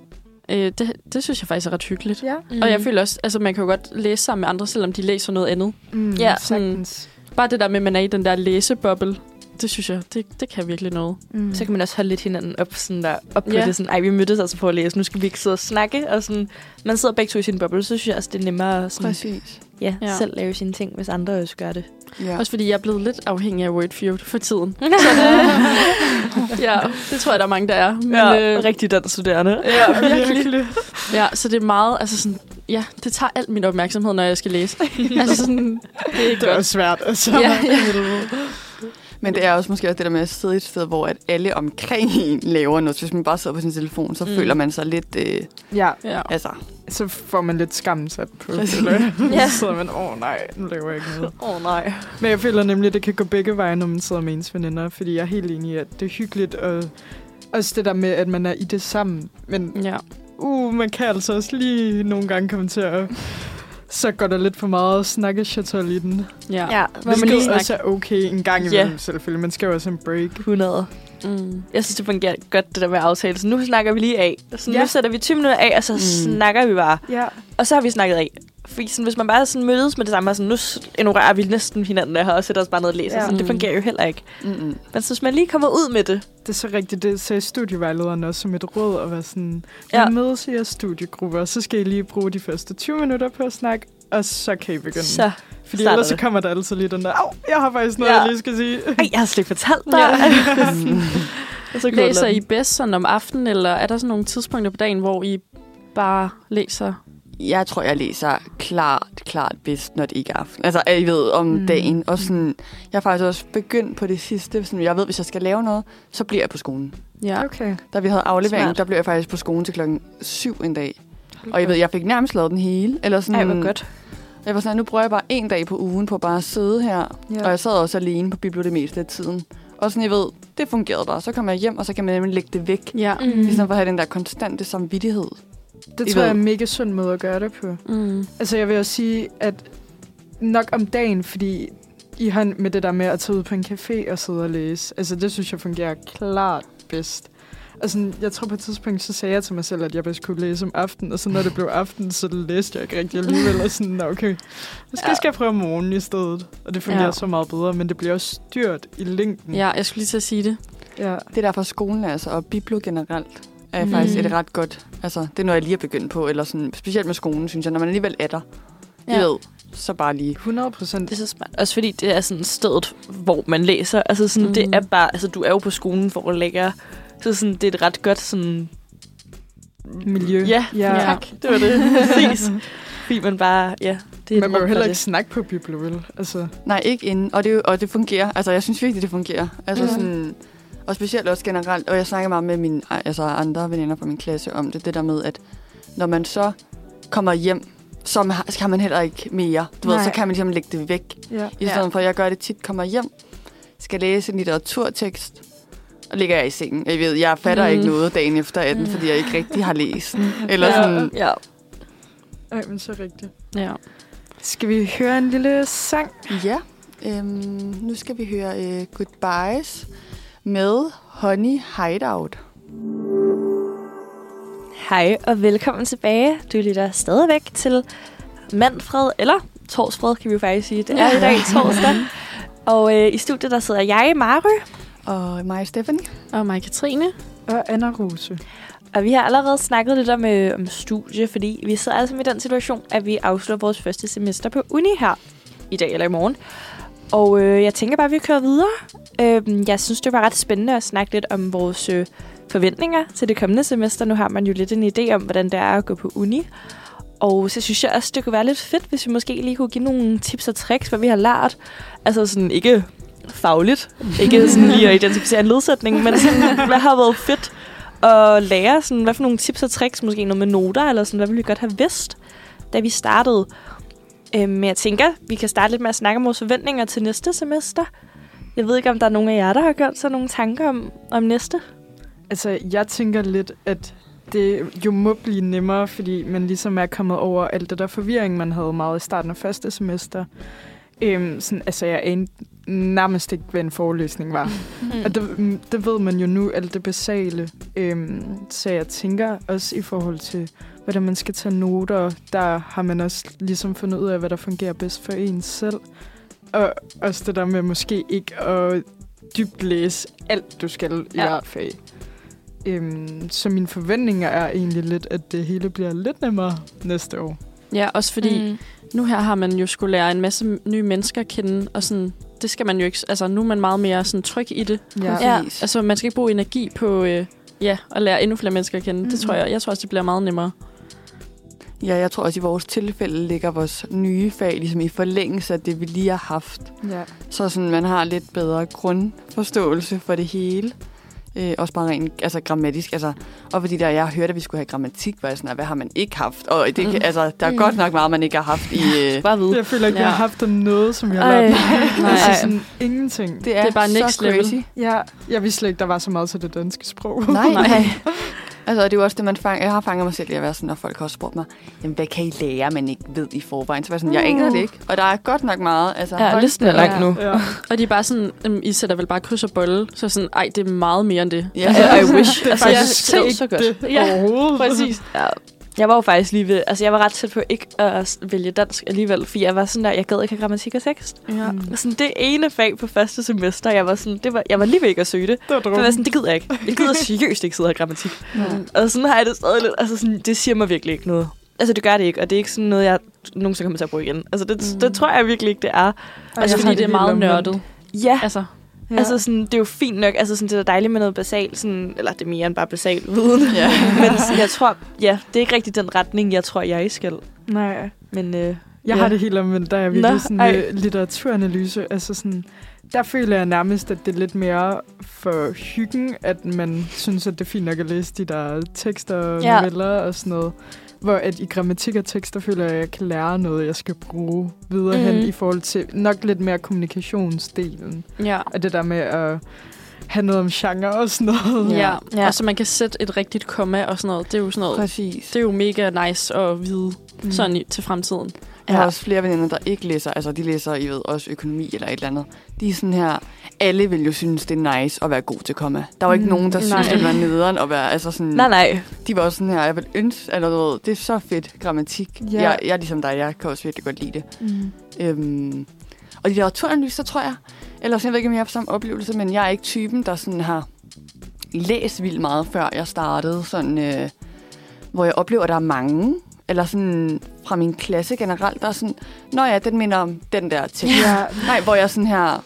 Det synes jeg faktisk er ret hyggeligt. Ja. Og jeg føler også, altså man kan jo godt læse sammen med andre, selvom de læser noget andet. Ja, sådan, bare det der med, at man er i den der læseboble. det synes jeg, det kan virkelig noget. Så kan man også holde lidt hinanden op, sådan der, op på det. Sådan, vi mødtes altså for at læse, nu skal vi ikke sidde og snakke. Og sådan, man sidder begge to i sin boble, så synes jeg også, det er nemmere sådan, Præcis. selv lave sine ting, hvis andre også gør det. Ja. Også fordi jeg er blevet lidt afhængig af Wordfeud for tiden. Ja, det tror jeg, der er mange, der er. Men, rigtig dansstuderende. Ja, virkelig. Ja, så det er meget, altså sådan, ja, det tager alt min opmærksomhed, når jeg skal læse. Altså sådan, det er også svært, altså. Ja. Men det er også måske også det der med at sidde et sted, hvor at alle omkring en laver noget. Hvis man bare sidder på sin telefon, så føler man sig lidt... Ja. Altså. Så får man lidt skamsat på. Ja. Så sidder man, nej, nu laver jeg ikke noget. Nej. Men jeg føler nemlig, at det kan gå begge veje, når man sidder med ens veninder. Fordi jeg er helt enig i, at det er hyggeligt. Og også det der med, at man er i det sammen. Men man kan altså også lige nogle gange komme til at... Så går der lidt for meget snakkechatol i den. Ja. Det skal lige også er okay en gang imellem, selvfølgelig. Man skal jo også en break. 100. Jeg synes, det fungerer godt, det der med aftale. Så nu snakker vi lige af. Så nu sætter vi 20 minutter af, og så snakker vi bare. Ja. Og så har vi snakket af. Fordi sådan, hvis man bare sådan mødes med det samme, sådan, nu ignorerer vi næsten hinanden her, og sætter os bare ned og læser. Sådan, det fungerer jo heller ikke. Men så hvis man lige kommer ud med det. Det er så rigtigt. Det sagde studievejlederen også som et råd, at være sådan, vi mødes i jeres studiegrupper, og så skal I lige bruge de første 20 minutter på at snakke, og så kan I begynde. Så fordi ellers så kommer der altid lige den der, jeg har faktisk noget, jeg lige skal sige. Jeg har slet ikke fortalt dig. Så læser I bedst sådan om aftenen, eller er der sådan nogle tidspunkter på dagen, hvor I bare læser? Jeg tror, jeg læser klart bedst, når det ikke er aften. Altså, jeg ved om dagen. Og sådan, jeg har faktisk også begyndt på det sidste. Sådan, jeg ved, hvis jeg skal lave noget, så bliver jeg på skolen. Ja. Okay. Da vi havde aflevering, der blev jeg faktisk på skolen til 7:00 en dag. Og jeg ved, jeg fik nærmest lavet den hele. Eller sådan, hvor godt. Jeg var sådan, nu bruger jeg bare 1 dag på ugen på bare at sidde her. Ja. Og jeg sad også alene på biblioteket det meste af tiden. Og sådan, jeg ved, det fungerede bare. Så kommer jeg hjem, og så kan man nemlig lægge det væk. Ja. Ligesom for at have den der konstante samvittighed. Det tror jeg er en mega sund måde at gøre det på. Altså, jeg vil også sige, at nok om dagen, fordi I har med det der med at tage ud på en café og sidde og læse. Altså, det synes jeg fungerer klart bedst. Og sådan, jeg tror på et tidspunkt, så sagde jeg til mig selv, at jeg bare skulle læse om aftenen, og så når det blev aften, så læste jeg ikke rigtig alligevel, og sådan, okay, skal jeg prøve om morgenen i stedet. Og det fungerer så meget bedre, men det bliver også styrt i længden. Ja, jeg skulle lige til at sige det. Ja. Det er derfor skolen, altså, og biblo generelt, er faktisk et ret godt, altså, det er noget, jeg lige er begyndt på, eller sådan, specielt med skolen, synes jeg, når man alligevel er der, ved, så bare lige 100%. Det er så smart. Også fordi det er sådan stedet, hvor man læser. Altså sådan, det er bare, altså du er jo på skolen for at lægge. Så sådan, det er et ret godt sådan miljø. Ja, tak. Det var det. Præcis. Fordi man bare, det er man må jo heller ikke snakke på biblo, vel? Altså. Nej, ikke inden. Og det fungerer. Altså, jeg synes virkelig, det fungerer. Altså sådan, og specielt også generelt. Og jeg snakker meget med mine andre veninder fra min klasse om det. Det der med, at når man så kommer hjem, så kan man heller ikke mere. Du ved, så kan man ligesom lægge det væk. Ja. I stedet for, at jeg gør det tit, kommer hjem, skal læse en litteraturtekst, og ligger jeg i sengen. Jeg ved, jeg fatter ikke noget dagen efter 18, fordi jeg ikke rigtig har læst. Eller sådan. Ja. Ej, men så rigtigt. Ja. Skal vi høre en lille sang? Ja. Nu skal vi høre Goodbyes med Honey Hideout. Hej og velkommen tilbage. Du lytter stadigvæk til Manfred, eller Torsfred, kan vi jo faktisk sige. Det er i dag torsdag. Og i studiet, der sidder jeg, Mary. Og mig, Stephanie. Og mig, Katrine. Og Anna Rose. Og vi har allerede snakket lidt om studie, fordi vi sidder altså i den situation, at vi afslutter vores første semester på uni her i dag eller i morgen. Og jeg tænker bare, at vi kører videre. Jeg synes, det var ret spændende at snakke lidt om vores forventninger til det kommende semester. Nu har man jo lidt en idé om, hvordan det er at gå på uni. Og så synes jeg også, det kunne være lidt fedt, hvis vi måske lige kunne give nogle tips og tricks, hvad vi har lært. Altså sådan ikke fagligt, ikke sådan lige at identificere en ledsætning, men sådan, hvad har været fedt at lære? Sådan, hvad for nogle tips og tricks, måske noget med noter, eller sådan, hvad ville vi godt have vidst, da vi startede? Men jeg tænker, vi kan starte lidt med at snakke om vores forventninger til næste semester. Jeg ved ikke, om der er nogen af jer, der har gjort sig nogle tanker om næste? Altså, jeg tænker lidt, at det jo må blive nemmere, fordi man ligesom er kommet over alt det der forvirring, man havde meget i starten af første semester. Sådan, altså, jeg anede nærmest ikke, hvad en forelæsning var. Og det ved man jo nu, alt det basale. Så jeg tænker også i forhold til, hvordan man skal tage noter, der har man også ligesom fundet ud af, hvad der fungerer bedst for en selv. Og også det der med måske ikke at dybt læse alt, du skal i hvert fag. Så mine forventninger er egentlig lidt, at det hele bliver lidt nemmere næste år. Ja, også fordi nu her har man jo skulle lære en masse nye mennesker at kende, og sådan, det skal man jo ikke, altså nu er man meget mere sådan tryg i det. Ja. Altså man skal ikke bruge energi på at lære endnu flere mennesker at kende. Det tror jeg tror også, det bliver meget nemmere. Ja, jeg tror også, i vores tilfælde ligger vores nye fag ligesom i forlængelse af det, vi lige har haft. Ja. Så sådan, man har lidt bedre grundforståelse for det hele. Også bare rent grammatisk. Altså, og fordi jeg hørte, at vi skulle have grammatik, var jeg sådan, hvad har man ikke haft? Og det, der er godt nok meget, man ikke har haft i... Jeg føler ikke, jeg har haft noget, som jeg har lært. Altså sådan ingenting. Det er bare next level. Ja, jeg vidste slet ikke, der var så meget til det danske sprog. Nej. Altså, det er jo også det, jeg har fanget mig selv i at være sådan, når folk har spurgt mig, jamen, hvad kan I lære, man ikke ved i forvejen? Så var jeg sådan, jeg aner det ikke. Og der er godt nok meget. Altså, listen er langt nu. Ja. Og de er bare sådan, I sætter vel bare kryds og bolle. Så sådan, det er meget mere end det. I wish. Det er faktisk ikke så godt. Overhovedet. Præcis. Ja. Jeg var jo faktisk lige ved, jeg var ret tæt på ikke at vælge dansk alligevel, fordi jeg var sådan der, jeg gad ikke have grammatik og tekst. Ja. Sådan det ene fag på første semester, jeg var sådan, jeg var lige ved ikke at søge det. For jeg var sådan, det gider jeg ikke. Jeg gider seriøst ikke sidde og have grammatik. Og sådan har jeg det stadig lidt, altså sådan, det siger mig virkelig ikke noget. Altså det gør det ikke, og det er ikke sådan noget, jeg nogensinde kommer til at bruge igen. Altså det tror jeg virkelig ikke, det er. Altså fordi det er meget nørdet. Ja. Altså sådan, det er jo fint nok, altså sådan, det er dejligt med noget basalt, sådan, eller det er mere end bare basal viden. Ja. Men jeg tror, det er ikke rigtig den retning, jeg tror, jeg skal. Nej. Men jeg har det helt omvendt, der er virkelig sådan litteraturanalyse. Altså sådan, der føler jeg nærmest, at det er lidt mere for hyggen, at man synes, at det er fint nok at læse de der tekster og noveller og sådan noget. Hvor at i grammatik og tekster føler jeg, at jeg kan lære noget, jeg skal bruge videre hen i forhold til nok lidt mere kommunikationsdelen. Ja. Og det der med at have noget om genre og sådan noget. Ja. Og så man kan sætte et rigtigt komma og sådan noget. Det er jo sådan noget. Præcis. Det er jo mega nice at vide sådan til fremtiden. Jeg har også flere veninder, der ikke læser, altså de læser, I ved, også økonomi eller et eller andet. De er sådan her, alle vil jo synes, det er nice at være god til komma. Der var ikke nogen, der synes, det var nederen at være, altså sådan... Nej. De var også sådan her, jeg vil ønske, eller du ved, det er så fedt, grammatik. Yeah. Jeg er ligesom dig, jeg kan også virkelig godt lide det. Og litteraturanalyser, tror jeg, eller sådan, jeg ved ikke, om jeg har haft samme oplevelse, men jeg er ikke typen, der sådan har læst vildt meget, før jeg startede, sådan, hvor jeg oplever, at der er mange, eller sådan fra min klasse generelt, der er sådan, den minder om den der ting. Ja. Nej, hvor jeg sådan her,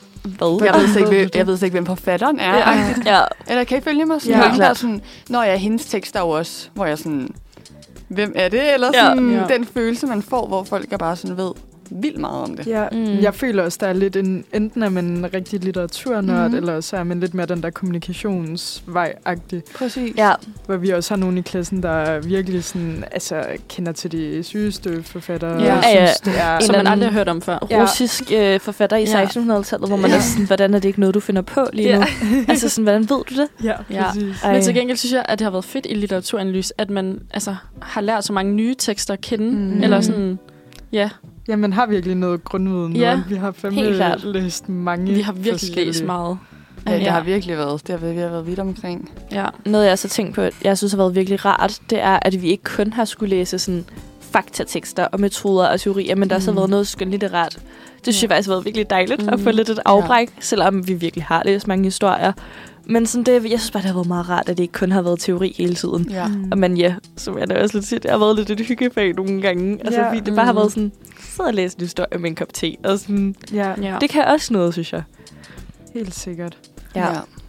jeg ved ikke, hvem forfatteren er. Ja. Eller kan I følge mig? Sådan, helt klart. Sådan, hendes tekster også, hvor jeg sådan, hvem er det? Eller sådan, den følelse, man får, hvor folk er bare sådan ved vildt meget om det. Ja. Jeg føler også, der er lidt enten er man en rigtig litteraturnørd, eller så er man lidt mere den der kommunikationsvej-agtig. Præcis. Ja. Hvor vi også har nogen i klassen, der virkelig sådan, kender til de sygeste forfattere. Ja. Og synes, det er, som man aldrig har hørt om før. Russisk forfatter i 1600-tallet, hvor man er sådan, hvordan er det ikke noget, du finder på lige nu? Altså sådan, hvordan ved du det? Ja, præcis. Men til gengæld synes jeg, at det har været fedt i litteraturanalyse, at man har lært så mange nye tekster at kende. Eller sådan, Ja, man har virkelig noget grundviden. Ja, vi har fandme læst mange. Vi har virkelig læst meget. Ja, det har virkelig været. Det har vi været vidt omkring. Ja. Noget, jeg så tænkt på, jeg synes har været virkelig rart, det er, at vi ikke kun har skulle læse sådan faktatekster og metoder og teorier, men der har så været noget skønlitterært. Det synes jeg faktisk har været virkelig dejligt at få lidt et afbræk, selvom vi virkelig har læst mange historier. Men sådan det, jeg synes bare, det har været meget rart, at det ikke kun har været teori hele tiden. Ja. Og man, som jeg da også lidt siger, det har været lidt et hyggefag nogle gange. Altså, fordi det bare har været sådan, sidde og læse en historie med en kop te. Og sådan, det kan også noget, synes jeg. Helt sikkert. Ja.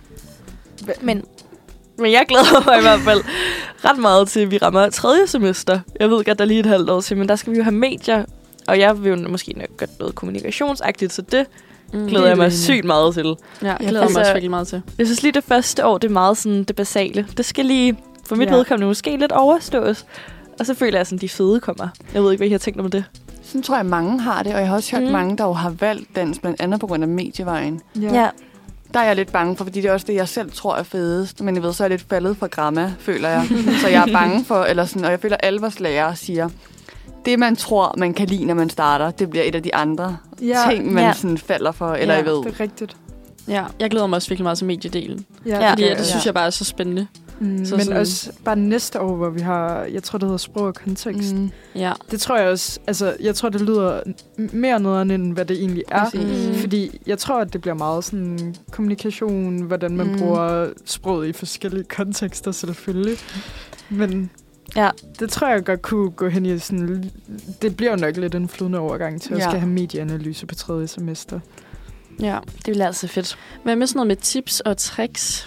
Men jeg glæder mig i hvert fald ret meget til, at vi rammer 3. semester. Jeg ved godt, der er lige et halvt år til, men der skal vi jo have medier. Og jeg vil jo måske nok gøre noget kommunikationsagtigt, så det glæder jeg mig sygt meget til. Ja, jeg glæder mig også virkelig meget til. Jeg synes lige, det første år, det er meget sådan det basale. Det skal lige, for mit vedkommende, måske lidt overstås. Og så føler jeg, sådan, de fede kommer. Jeg ved ikke, hvad I har tænkt om det. Sådan tror jeg, mange har det, og jeg har også hørt mange, der jo har valgt dans, blandt andet på grund af medievejen. Ja. Der er jeg lidt bange for, fordi det er også det, jeg selv tror er fedest. Men jeg ved, så er jeg lidt faldet fra gramma, føler jeg. Så jeg er bange for, eller sådan, og jeg føler, at alle vores lærere siger, det man tror, man kan lide, når man starter, det bliver et af de andre ting, man sådan falder for, eller jeg ved. Det er rigtigt. Ja, jeg glæder mig også virkelig meget til mediedelen. Fordi det synes jeg bare er så spændende. Men sådan, også bare næste år, hvor vi har, jeg tror, det hedder sprog og kontekst. ja. Det tror jeg også, altså, jeg tror, det lyder mere nederen, end hvad det egentlig er. Fordi jeg tror, at det bliver meget sådan kommunikation, hvordan man bruger sproget i forskellige kontekster, selvfølgelig. Men Ja. det tror jeg godt kunne gå hen i sådan... Det bliver jo nok lidt en flydende overgang til at skal have medieanalyse på 3. semester. Ja. Det bliver altså fedt. Hvad med sådan noget med tips og tricks?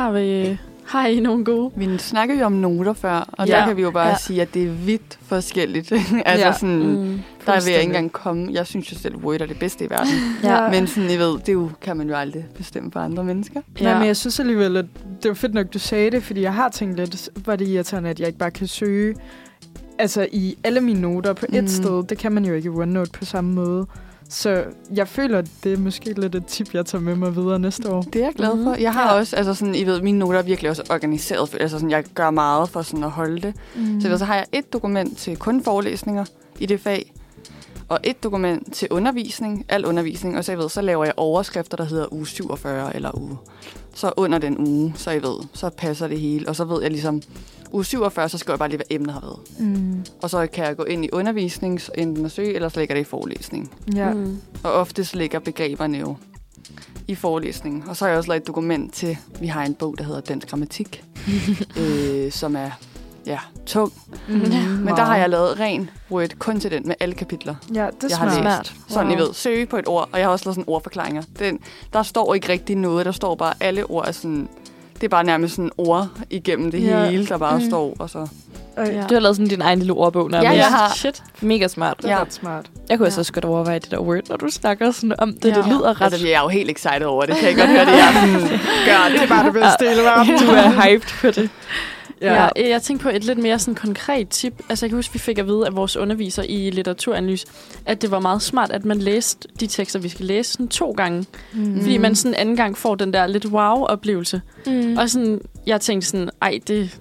Har I nogle gode? Vi snakkede jo om noter før, og der kan vi jo bare sige, at det er vidt forskelligt. Altså sådan, der vil jeg ikke engang komme. Jeg synes jo selv, Word er det bedste i verden. Men sådan, I ved, det jo, kan man jo aldrig bestemme for andre mennesker. Nej, men jeg synes alligevel, at det var fedt nok, du sagde det, fordi jeg har tænkt lidt, var det irriterende, at jeg ikke bare kan søge altså i alle mine noter på et sted. Det kan man jo ikke i OneNote på samme måde. Så jeg føler, at det er måske lidt et tip, jeg tager med mig videre næste år. Det er jeg glad for. Jeg har også, altså sådan, I ved, mine noter er virkelig også organiseret. Altså sådan, jeg gør meget for sådan at holde det. Så har jeg et dokument til kun forelæsninger i det fag, og et dokument til undervisning, al undervisning, og så laver jeg overskrifter, der hedder uge 47 eller uge. Så under den uge, så I ved, så passer det hele, og så ved jeg ligesom, uge 47, så skal jeg bare lige, hvad emnet har været. Og så kan jeg gå ind i undervisning, enten at søge, eller så lægger det i forelæsning. Ja. Og ofte så ligger begreberne jo i forelæsningen. Og så har jeg også lavet et dokument til, vi har en bog, der hedder Dansk Grammatik, som er tung. Men der har jeg lavet ren Word kun til den med alle kapitler. Ja, det er smart. Sådan, I ved, søge på et ord, og jeg har også lavet sådan ordforklaringer. Der står ikke rigtig noget, der står bare alle ord er sådan... Det er bare nærmest sådan ord igennem det hele, der bare står, og så... Du har lavet sådan din egen lille ordbog nærmest. Ja, jeg har. Shit. Mega smart. Det er ret smart. Jeg kunne også godt overveje det der Word, når du snakker sådan om det. Det lyder ret... Altså, jeg er jo helt excited over det. Kan jeg godt høre det? Jeg gør det. Det er bare det bedste hele verden. Du er hyped på det. Ja, jeg tænkte på et lidt mere sådan konkret tip. Altså, jeg kan huske, vi fik at vide af vores underviser i litteraturanalyse, at det var meget smart, at man læste de tekster, vi skal læse sådan 2 gange. Fordi man sådan anden gang får den der lidt wow-oplevelse. Og sådan, jeg tænkte sådan, det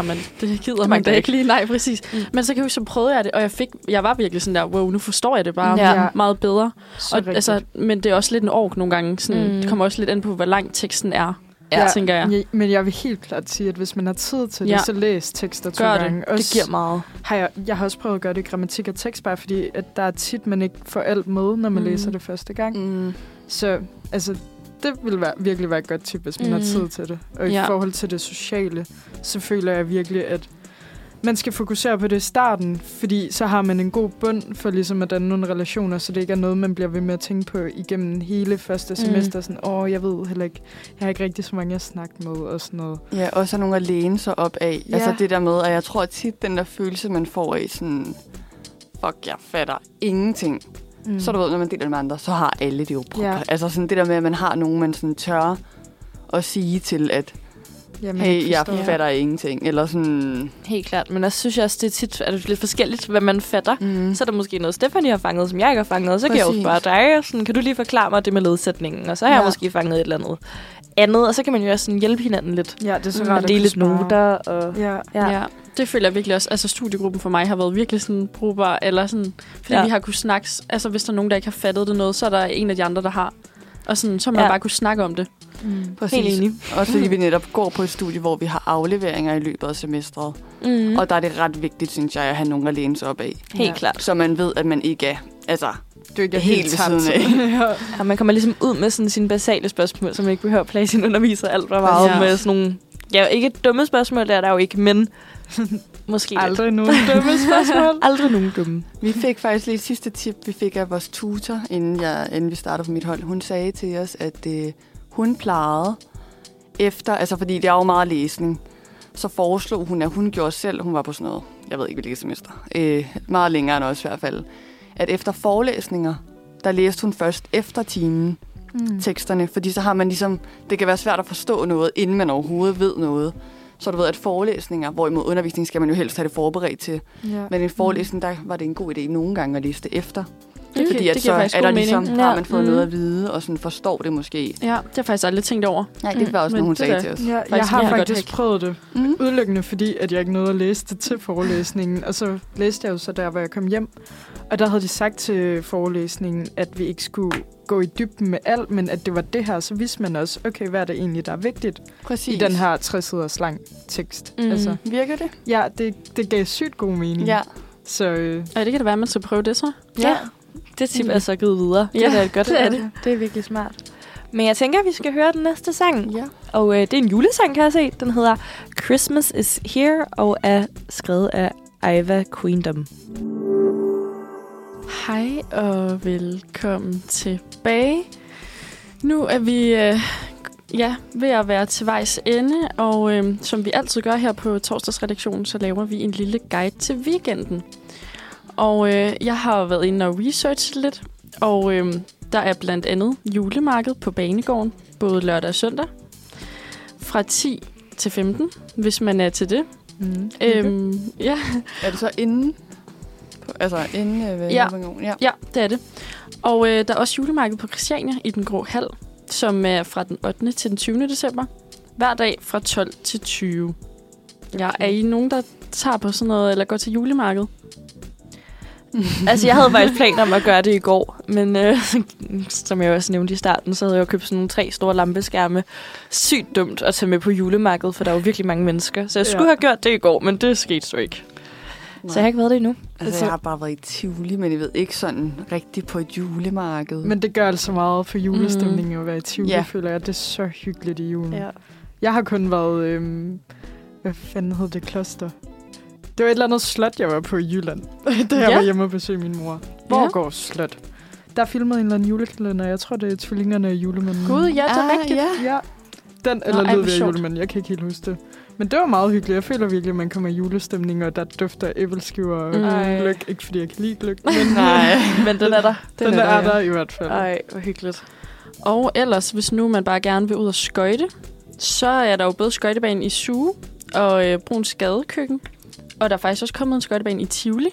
gider man da ikke lige. Nej, præcis. Men så kan jeg huske, så prøvede jeg det, og jeg var virkelig sådan der, wow, nu forstår jeg det bare meget bedre. Og, altså, men det er også lidt en ork nogle gange. Sådan, det kommer også lidt an på, hvor lang teksten er. Ja, tænker jeg. Men jeg vil helt klart sige, at hvis man har tid til det, så læs tekster 2 gange. Det giver meget. Jeg har også prøvet at gøre det i grammatik og tekst, bare fordi at der er tit, man ikke får alt med, når man læser det første gang. Så altså, det vil virkelig være et godt tip, hvis man har tid til det. Og i forhold til det sociale, så føler jeg virkelig, at man skal fokusere på det i starten, fordi så har man en god bund for ligesom at danne nogle relationer, så det ikke er noget, man bliver ved med at tænke på igennem hele første semester. Sådan, jeg ved heller ikke, jeg har ikke rigtig så mange at snakke med og sådan noget. Ja, og så nogle at læne sig op af. Ja. Altså det der med, og jeg tror tit, den der følelse, man får af sådan, fuck, jeg fatter ingenting. Så du ved, når man deler det med andre, så har alle det jo altså sådan det der med, at man har nogen, man sådan tør at sige til, at hey, jeg fatter ingenting, eller sådan... Helt klart, men jeg synes også, det er tit at det er lidt forskelligt, hvad man fatter. Så er der måske noget, Stephanie har fanget, som jeg ikke har fanget, og så kan jeg jo spørge dig, sådan, kan du lige forklare mig det med ledsætningen, og så har jeg måske fanget et eller andet, og så kan man jo også sådan hjælpe hinanden lidt. Ja, det er så rart at dele lidt noter, og... Ja, det føler jeg virkelig også. Altså, studiegruppen for mig har været virkelig sådan brugbar, eller sådan, fordi vi har kunnet snakke, altså hvis der er nogen, der ikke har fattet det noget, så er der en af de andre, der har. Og sådan, så man bare kunne snakke om det. Præcis. Og så vi netop går på et studie, hvor vi har afleveringer i løbet af semestret. Og der er det ret vigtigt, synes jeg, at have nogen at læne sig op af. Helt klart. Så man ved, at man ikke er, altså, du ikke er helt ved siden af. Ja, man kommer ligesom ud med sådan sine basale spørgsmål, som man ikke behøver at plage sin underviser alt for meget med sådan nogle... Ja, ikke dumme spørgsmål, der er der jo ikke, men... Måske aldrig nogen dumme spørgsmål. Aldrig nogen dumme. Vi fik faktisk lige et sidste tip, vi fik af vores tutor, inden vi startede på mit hold. Hun sagde til os, at hun plejede efter, altså fordi det er jo meget læsning, så foreslog hun, at hun gjorde selv, hun var på sådan noget, jeg ved ikke hvilket semester, meget længere end også i hvert fald, at efter forelæsninger, der læste hun først efter timen teksterne, fordi så har man ligesom, det kan være svært at forstå noget, inden man overhovedet ved noget. Så du ved, at forelæsninger, hvorimod undervisning skal man jo helst have det forberedt til. Ja. Men en forelæsning, der var det en god idé nogle gange at læse det efter. det Fordi at giver så faktisk er der god ligesom, mening. har man fået noget at vide, og sådan forstår det måske. Ja, det har jeg faktisk aldrig tænkt over. Nej, det var også Men noget, hun det sagde der- til os. Ja, jeg Faktisk har virkelig godt faktisk hack. prøvet det. Mm. Udelukkende fordi, at jeg ikke nåede at læse det til forelæsningen. Og så læste jeg jo så der, hvor jeg kom hjem. Og der havde de sagt til forelæsningen, at vi ikke skulle gå i dybden med alt, men at det var det her. Så vidste man også, okay, hvad er det egentlig, der er vigtigt Præcis. i den her 60-siders lang tekst. Mm. Altså, Virker det? ja, det gav sygt god mening. Ja. Så Ja, det kan da være, at man skal prøve det så. Ja. Det tip er så givet videre. Ja, det er da et godt. det er det. Det er virkelig smart. Men jeg tænker, at vi skal høre den næste sang. Ja. Og det er en julesang, kan jeg se. Den hedder Christmas is Here og er skrevet af Iva Queendom. Hej og velkommen tilbage. Nu er vi ved at være til vejs ende, og som vi altid gør her på torsdagsredaktionen, så laver vi en lille guide til weekenden. Og jeg har været inde og researchet lidt, og der er blandt andet julemarked på Banegården, både lørdag og søndag, fra 10 til 15, hvis man er til det. Ja. Er det så inde? Altså inde ved Ja. Banegården? Ja. Ja, det er det. Og der er også julemarked på Christiania i den grå hal, som er fra den 8. til den 20. december. Hver dag fra 12 til 20. Ja, er I nogen, der tager på sådan noget, eller går til julemarked? Altså, jeg havde faktisk planer om at gøre det i går, men som jeg også nævnte i starten, så havde jeg jo købt sådan nogle 3 store lampeskærme. Sygt dumt at tage med på julemarkedet, for der er jo virkelig mange mennesker. Så jeg skulle have gjort det i går, men det skete så ikke. Så jeg har ikke været det endnu. Altså, jeg har bare været i Tivoli, men jeg ved ikke sådan rigtig på et julemarked. Men det gør altså meget for julestemningen at være i Tivoli, Ja. føler jeg. Det er så hyggeligt i julen. Ja. Jeg har kun været... hvad fanden hed det kloster? Det var et eller andet slot, jeg var på i Jylland, da jeg var hjemme og besøgte min mor. Vorgårds Slot. Der filmede en eller anden julekalender. Jeg tror, det er Tvillingerne og Julemanden. Gud, ja, det er rigtigt. Ja. Ja. Den, eller ej, hvor Ludvig og sjovt. Julemanden. Jeg kan ikke helt huske det. Men det var meget hyggeligt. Jeg føler virkelig, at man kommer i julestemning, og der dufter æbleskiver og gløgg. Ikke fordi jeg kan lide gløgg, men Nej, men den er der. den er der i hvert fald. Ej, hvor hyggeligt. Og ellers, hvis nu man bare gerne vil ud og skøjte, så er der jo både skøjtebanen i Suge og Bruns Gadekøkken. Og der er faktisk også kommet en skøjtebane i Tivoli.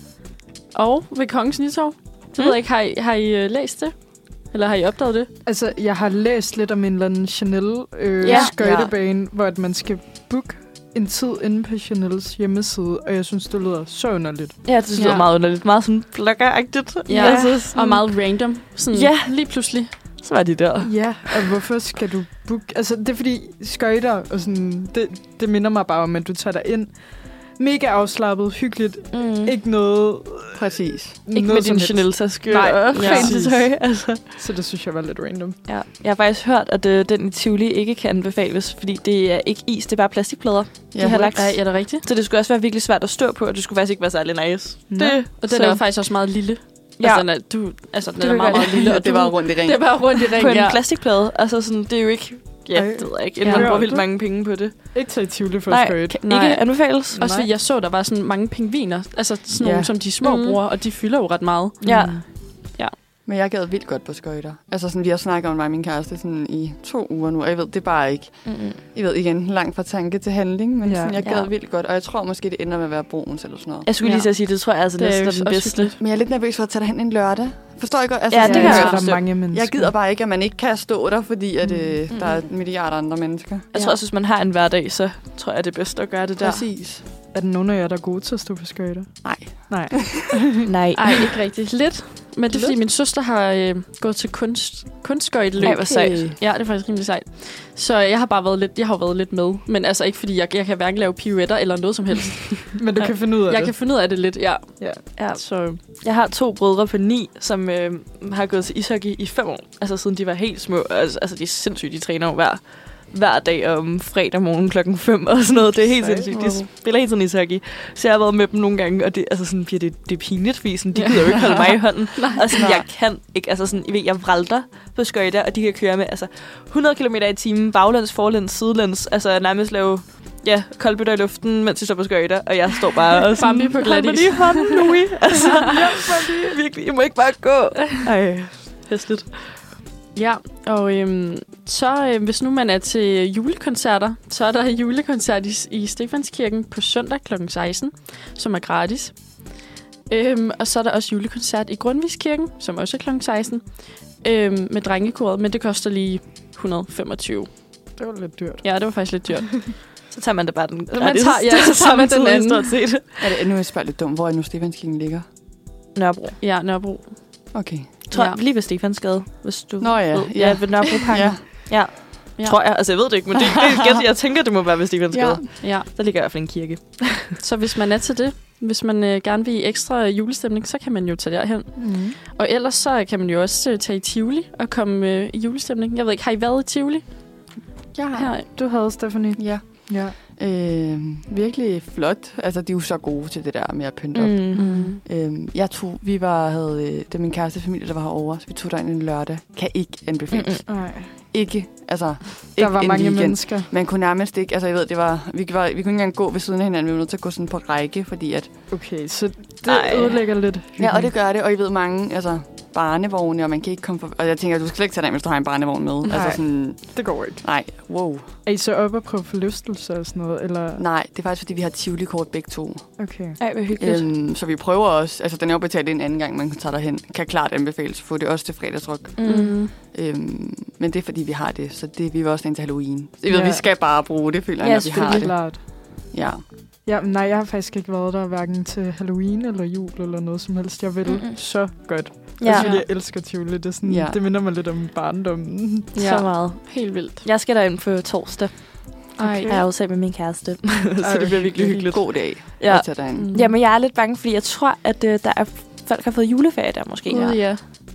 Og ved Kongens Nytorv. Det ved jeg ikke, har I læst det? Eller har I opdaget det? Altså, jeg har læst lidt om en eller anden Chanel Ja. skøjtebane, hvor at man skal booke en tid inde på Chanels hjemmeside, og jeg synes, det lyder så underligt. Ja, det lyder meget underligt. Meget sådan bloggeragtigt. Ja, Altså, og meget random. Sådan Ja. lige pludselig. så var de der. Ja, og hvorfor skal du booke? Altså, det er fordi skøjter og sådan, det minder mig bare om, at du tager dig ind. Mega afslappet, hyggeligt. Ikke noget... Præcis. Ikke noget med som din helst. Chanel-taske Nej, og ja. fancy tøj. Altså. Så det synes jeg var lidt random. Ja. Jeg har faktisk hørt, at den i Tivoli ikke kan anbefales, fordi det er ikke is, det er bare plastikplader. Ja, de har lagt. Ja, er det rigtigt? Så det skulle også være virkelig svært at stå på, og det skulle faktisk ikke være særlig nice. Nå. Og den er jo faktisk også meget lille. Ja. Altså, den er kan meget, meget godt. lille. Og Og det var rundt i ring. det er bare rundt i ring, på en ja. plastikplade. Altså sådan, det er jo ikke... Ja, Ej. det ved jeg ikke. Ja. Man bruger Hører vildt du? mange penge på det. Ikke tage i Tivoli for Nej, at skøjte. kan ikke anbefales. Også fordi Nej. jeg så, der var sådan mange pingviner. Altså sådan nogle, som de små bruger, og de fylder jo ret meget. Ja. Men jeg gad vildt godt på skøjter. Altså sådan, vi har snakket om mig og min kæreste sådan i 2 uger nu, og jeg ved, det er bare ikke... Jeg ved igen, langt fra tanke til handling, men Ja. sådan, jeg gad Ja. vildt godt. Og jeg tror måske, det ender med at være Bruns eller sådan noget. Jeg skulle lige til at sige, det tror jeg altså Det er næsten er jo den også bedste. hyggeligt. Men jeg er lidt nervøs for at tage derhen en lørdag. Forstår I godt? Altså, Ja, sådan, det kan jeg der godt er forstå. mange mennesker. Jeg gider bare ikke, at man ikke kan stå der, fordi at, der er en milliard andre mennesker. Jeg tror også, hvis man har en hverdag, så tror jeg, det er bedst at gøre det der. Præcis. Er der nogen af jer, der er gode til at stå på skøjter? Nej. Nej. Nej. Ej, ikke rigtigt. Lidt. Men det er, fordi min søster har gået til kunstskøjteløb. Ej, hvor sejt. Ja, det er faktisk rimelig sejt. Så jeg har bare været lidt med. Men altså ikke, fordi jeg kan hverken lave pirouetter eller noget som helst. Men du kan finde ud af Jeg det. kan finde ud af det lidt, ja. Ja. Så Jeg har 2 brødre på 9, som har gået til ishockey i 5 år. Altså siden de var helt små. Altså de er sindssygt, de træner jo hver dag om fredag morgen 5:00 og sådan noget. Det er helt sindssygt. De spiller hele tiden ishockey. Så jeg har været med dem nogle gange, og det, altså sådan, bliver det er pinligt, fordi sådan, de gider jo ikke holde mig i hånden. Og sådan, jeg kan ikke, altså sådan, jeg vralter på skøjter, og de kan køre med 100 km/t, baglæns, forlæns, sidelæns, altså nærmest lave koldbøtter i luften, mens de står på skøjter, og jeg står bare og sådan, Bambi på hold glatis. mig lige i hånden, Louis. Altså, virkelig, jeg må ikke bare gå. Ej, hæsligt. ja, og så hvis nu man er til julekoncerter, så er der julekoncert i Stefanskirken på søndag kl. 16, som er gratis. Og så er der også julekoncert i Grundtvigskirken, som også er kl. 16, med drengekoret, men det koster lige 125. Det var lidt dyrt. Ja, det var faktisk lidt dyrt. Så tager man da bare den Man gratis. tager, så tager man den anden. Stort set. Nu er jeg spørger lidt dumt. Hvor er nu Stefanskirken ligger? Nørrebro. Ja, Nørrebro. Okay. Tror Ja. jeg, lige ved Stefansgade, hvis du Nå ja. ved. Ja, ved Nørrebroparken. Ja. Ja. Tror jeg. Altså, jeg ved det ikke, men det er gæt. Jeg tænker, det må være ved Stefansgade. Ja. Der ligger i hvert fald en kirke. Så hvis man er til det, hvis man gerne vil i ekstra julestemning, så kan man jo tage derhen. Mm. Og ellers så kan man jo også tage i Tivoli og komme i julestemning. Jeg ved ikke, har I været i Tivoli? Her. Du havde, Stephanie. Ja. Ja. Virkelig flot. Altså, de er jo så gode til det der med at pynte op. Det er min kæreste familie, der var herovre, så vi tog derind en lørdag. Kan ikke anbefales. Nej. Ikke, altså... Der ikke var en mange weekend. mennesker. Man kunne nærmest ikke... Altså, jeg ved, vi kunne ikke engang gå ved siden af hinanden. Vi var nødt til at gå sådan på række, fordi at... Okay, så det ødelægger lidt. Ja, og det gør det. Og I ved, mange barnevogne, og man kan ikke komme for... Og jeg tænker, du skal slet ikke tage dig, hvis du har en barnevogn med. Nej. Altså sådan... Det går ikke. Nej, wow. Er I så oppe og prøve forlystelse og sådan noget? Eller? Nej, det er faktisk, fordi vi har Tivoli-kort begge to. Okay. Ej, hvor hyggeligt. Så vi prøver også... Altså, den er jo betalt en anden gang, man tager derhen. Kan klart anbefales. Få det også til fredagsrock. Men det er, fordi vi har det. Så vi vil også ind til Halloween. Så vi skal bare bruge det, føler jeg, når vi har det. Klart. Ja. Ja, nej, jeg har faktisk ikke været der hverken til Halloween eller jul eller noget som helst. Jeg vil så godt. Ja. Fordi jeg elsker Tivoli. Det, er sådan, det minder mig lidt om barndommen. Ja. Så meget. Helt vildt. Jeg skal derind på torsdag. Okay. Jeg er også med min kæreste. Så det bliver virkelig hyggeligt. God dag at tage derind. Jamen, jeg er lidt bange, fordi jeg tror, at der er folk har fået juleferie der måske. Ja.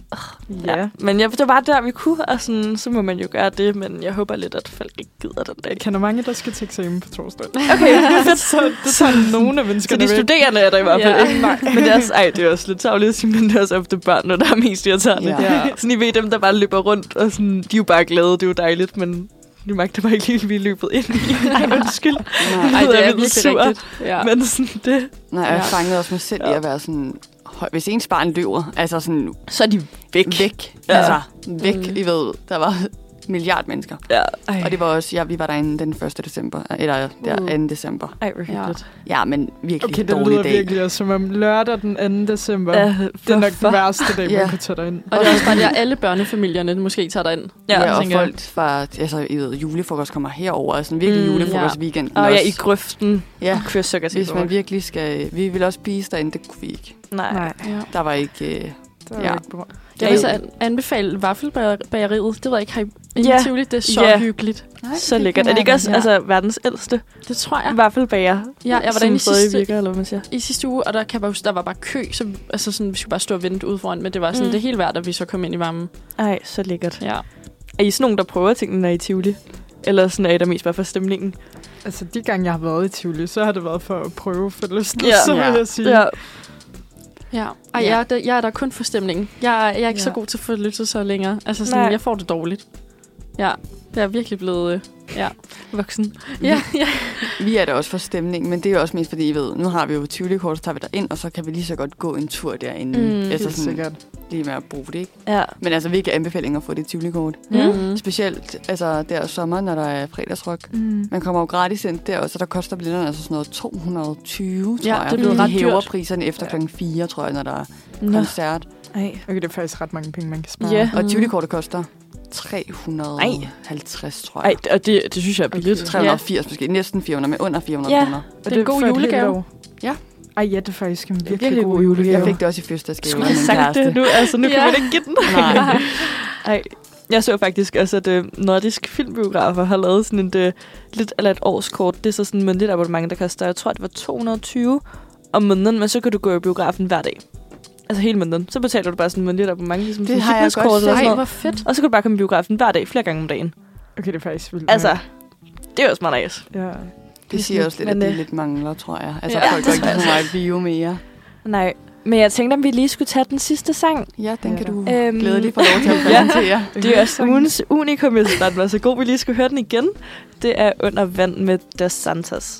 Ja. Men det var bare der, vi kunne, og sådan, så må man jo gøre det, men jeg håber lidt, at folk ikke gider den dag. Jeg kender mange, der skal til eksamen på torsdag. Okay, så det tager nogle af menneskerne. Så de studerende er der i hvert fald ikke. Nej. Men det er også lidt tavligt, men det er også ofte børnene, der er mest irriterende. Ja. Sådan, I ved dem, der bare løber rundt, og sådan, de er jo bare glade, det er jo dejligt, men de magter bare ikke lige, vi er løbet ind i. Ej, undskyld. Nej, det er virkelig sur, rigtigt. Ja. Men sådan det... Nej, jeg fangede også mig selv i at være sådan... Hvis ens barn løber, altså sådan... Så er de væk. Ja. Altså, væk. I ved, der var milliard mennesker. Ja. Og det var også, vi var derinde den 1. december, eller der 2. december. Ej, hvor hyggeligt. Ja, men virkelig okay, dårlig dag. Okay, det lyder virkelig også som om lørdag den 2. december. Det er nok den værste dag, man kan tage derind. Og det er også bare, at alle børnefamilierne måske tager derind. Ja, og folk fra, altså, I ved, julefrokost kommer herover, altså virkelig julefrokost weekenden også. Og i grøften. Ja, hvis man virkelig skal, vi vil også spise derinde, det kunne vi ikke. Nej. Der var ikke... ikke bra. Jeg vil så anbefale vaffelbageriet. Det ved jeg ikke, har I Tivoli? Det er så hyggeligt. Nej, så lækkert. Er det ikke også verdens ældste? Det tror jeg. Vaffelbager. Ja, jeg var derinde i sidste uge, og der kan der var bare kø, så altså sådan, vi skulle bare stå og vente ude foran, men det var sådan det hele værd, at vi så kom ind i varmen. Ej, så lækkert. Ja. Er I sådan nogen, der prøver tingene, når I er i Tivoli? Eller sådan er I der mest bare for stemningen? Altså, de gange, jeg har været i Tivoli, så har det været for at prøve forlystelse, vil jeg sige. Ja. Ja, jeg er der kun for stemningen. Jeg er ikke så god til at få lyttet så længere. Altså sådan, jeg får det dårligt. Ja, jeg er virkelig blevet voksen. Ja. Vi er der også for stemning, men det er jo også mest fordi, I ved, nu har vi jo Tivoli-kort, så tager vi derind, og så kan vi lige så godt gå en tur derinde. Altså sådan, sikkert. Lige med at bruge det, ikke? Ja. Men altså virkelig anbefalinger at få det Tivoli-kort. Specielt altså der sommer, når der er fredagsrock. Man kommer jo gratis ind der, og så der koster billetterne altså sådan noget 220, tror jeg. Det er blevet ret dyrt. Hæver priserne efter klokken 4, tror jeg, når der er koncert. Okay, det er faktisk ret mange penge, man kan spare. Ja. Og Tivoli-kortet koster 350, tror jeg. Ej, og det synes jeg er billigt. 380 måske, næsten 400, men under 400 kroner. Det er en god julegave. Ja. Ej, ja, det er faktisk en virkelig god julegave. Jeg fik det også i fødselsdagsgave. Skulle have sagt det nu, altså nu kan man ikke give den. Nej. Ej. Jeg så faktisk, altså det nordiske filmbiografer har lavet sådan lidt eller et årskort. Det er så sådan en mønligt abonnement, der koster, jeg tror, det var 220 om måneden, men så kan du gå i biografen hver dag. Altså hele måneden. Så betaler du bare sådan en mønligt abonnement, ligesom det har jeg godt set. Ej, hvor fedt. Og så kan du bare komme i biografen hver dag, flere gange om dagen. Okay, det er faktisk vildt. Altså, det er jo smart nice. Ja. Det siger også lidt, at det lidt mangler, tror jeg. Altså, folk går ikke så meget bio mere. Nej, men jeg tænkte, om vi lige skulle tage den sidste sang. Ja, den kan du glædeligt få lov til at præsentere. Det er også ugens unikum, hvis den var så god, vi lige skulle høre den igen. Det er Under vand med Dos Santos.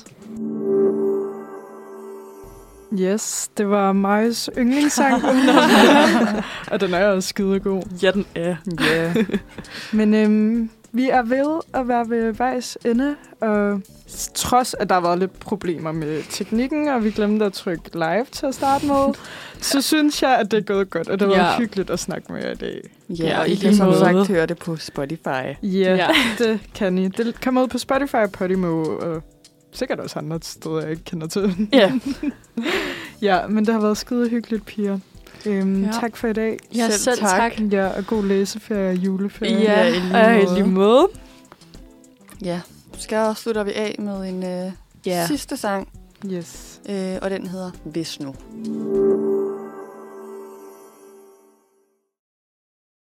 Yes, det var Majas yndlingssang. Og den er også skidegod. Ja, den er. Ja. Men vi er ved at være ved vejs ende, og trods at der har været lidt problemer med teknikken, og vi glemte at trykke live til at starte med, så synes jeg, at det er gået godt, og det har været hyggeligt at snakke med jer i dag. Ja, og I kan som sagt høre det på Spotify. Ja, det kan I. Det kommer ud på Spotify og Podimo, og sikkert også andre steder, jeg ikke kender til. Ja. Ja, men det har været skide hyggeligt, piger. Tak for i dag. Ja, selv tak. Ja, og god læseferie og juleferie. Ja, i lige måde. Ja, så slutter vi af med en sidste sang. Yes. Og den hedder Hvis Nu.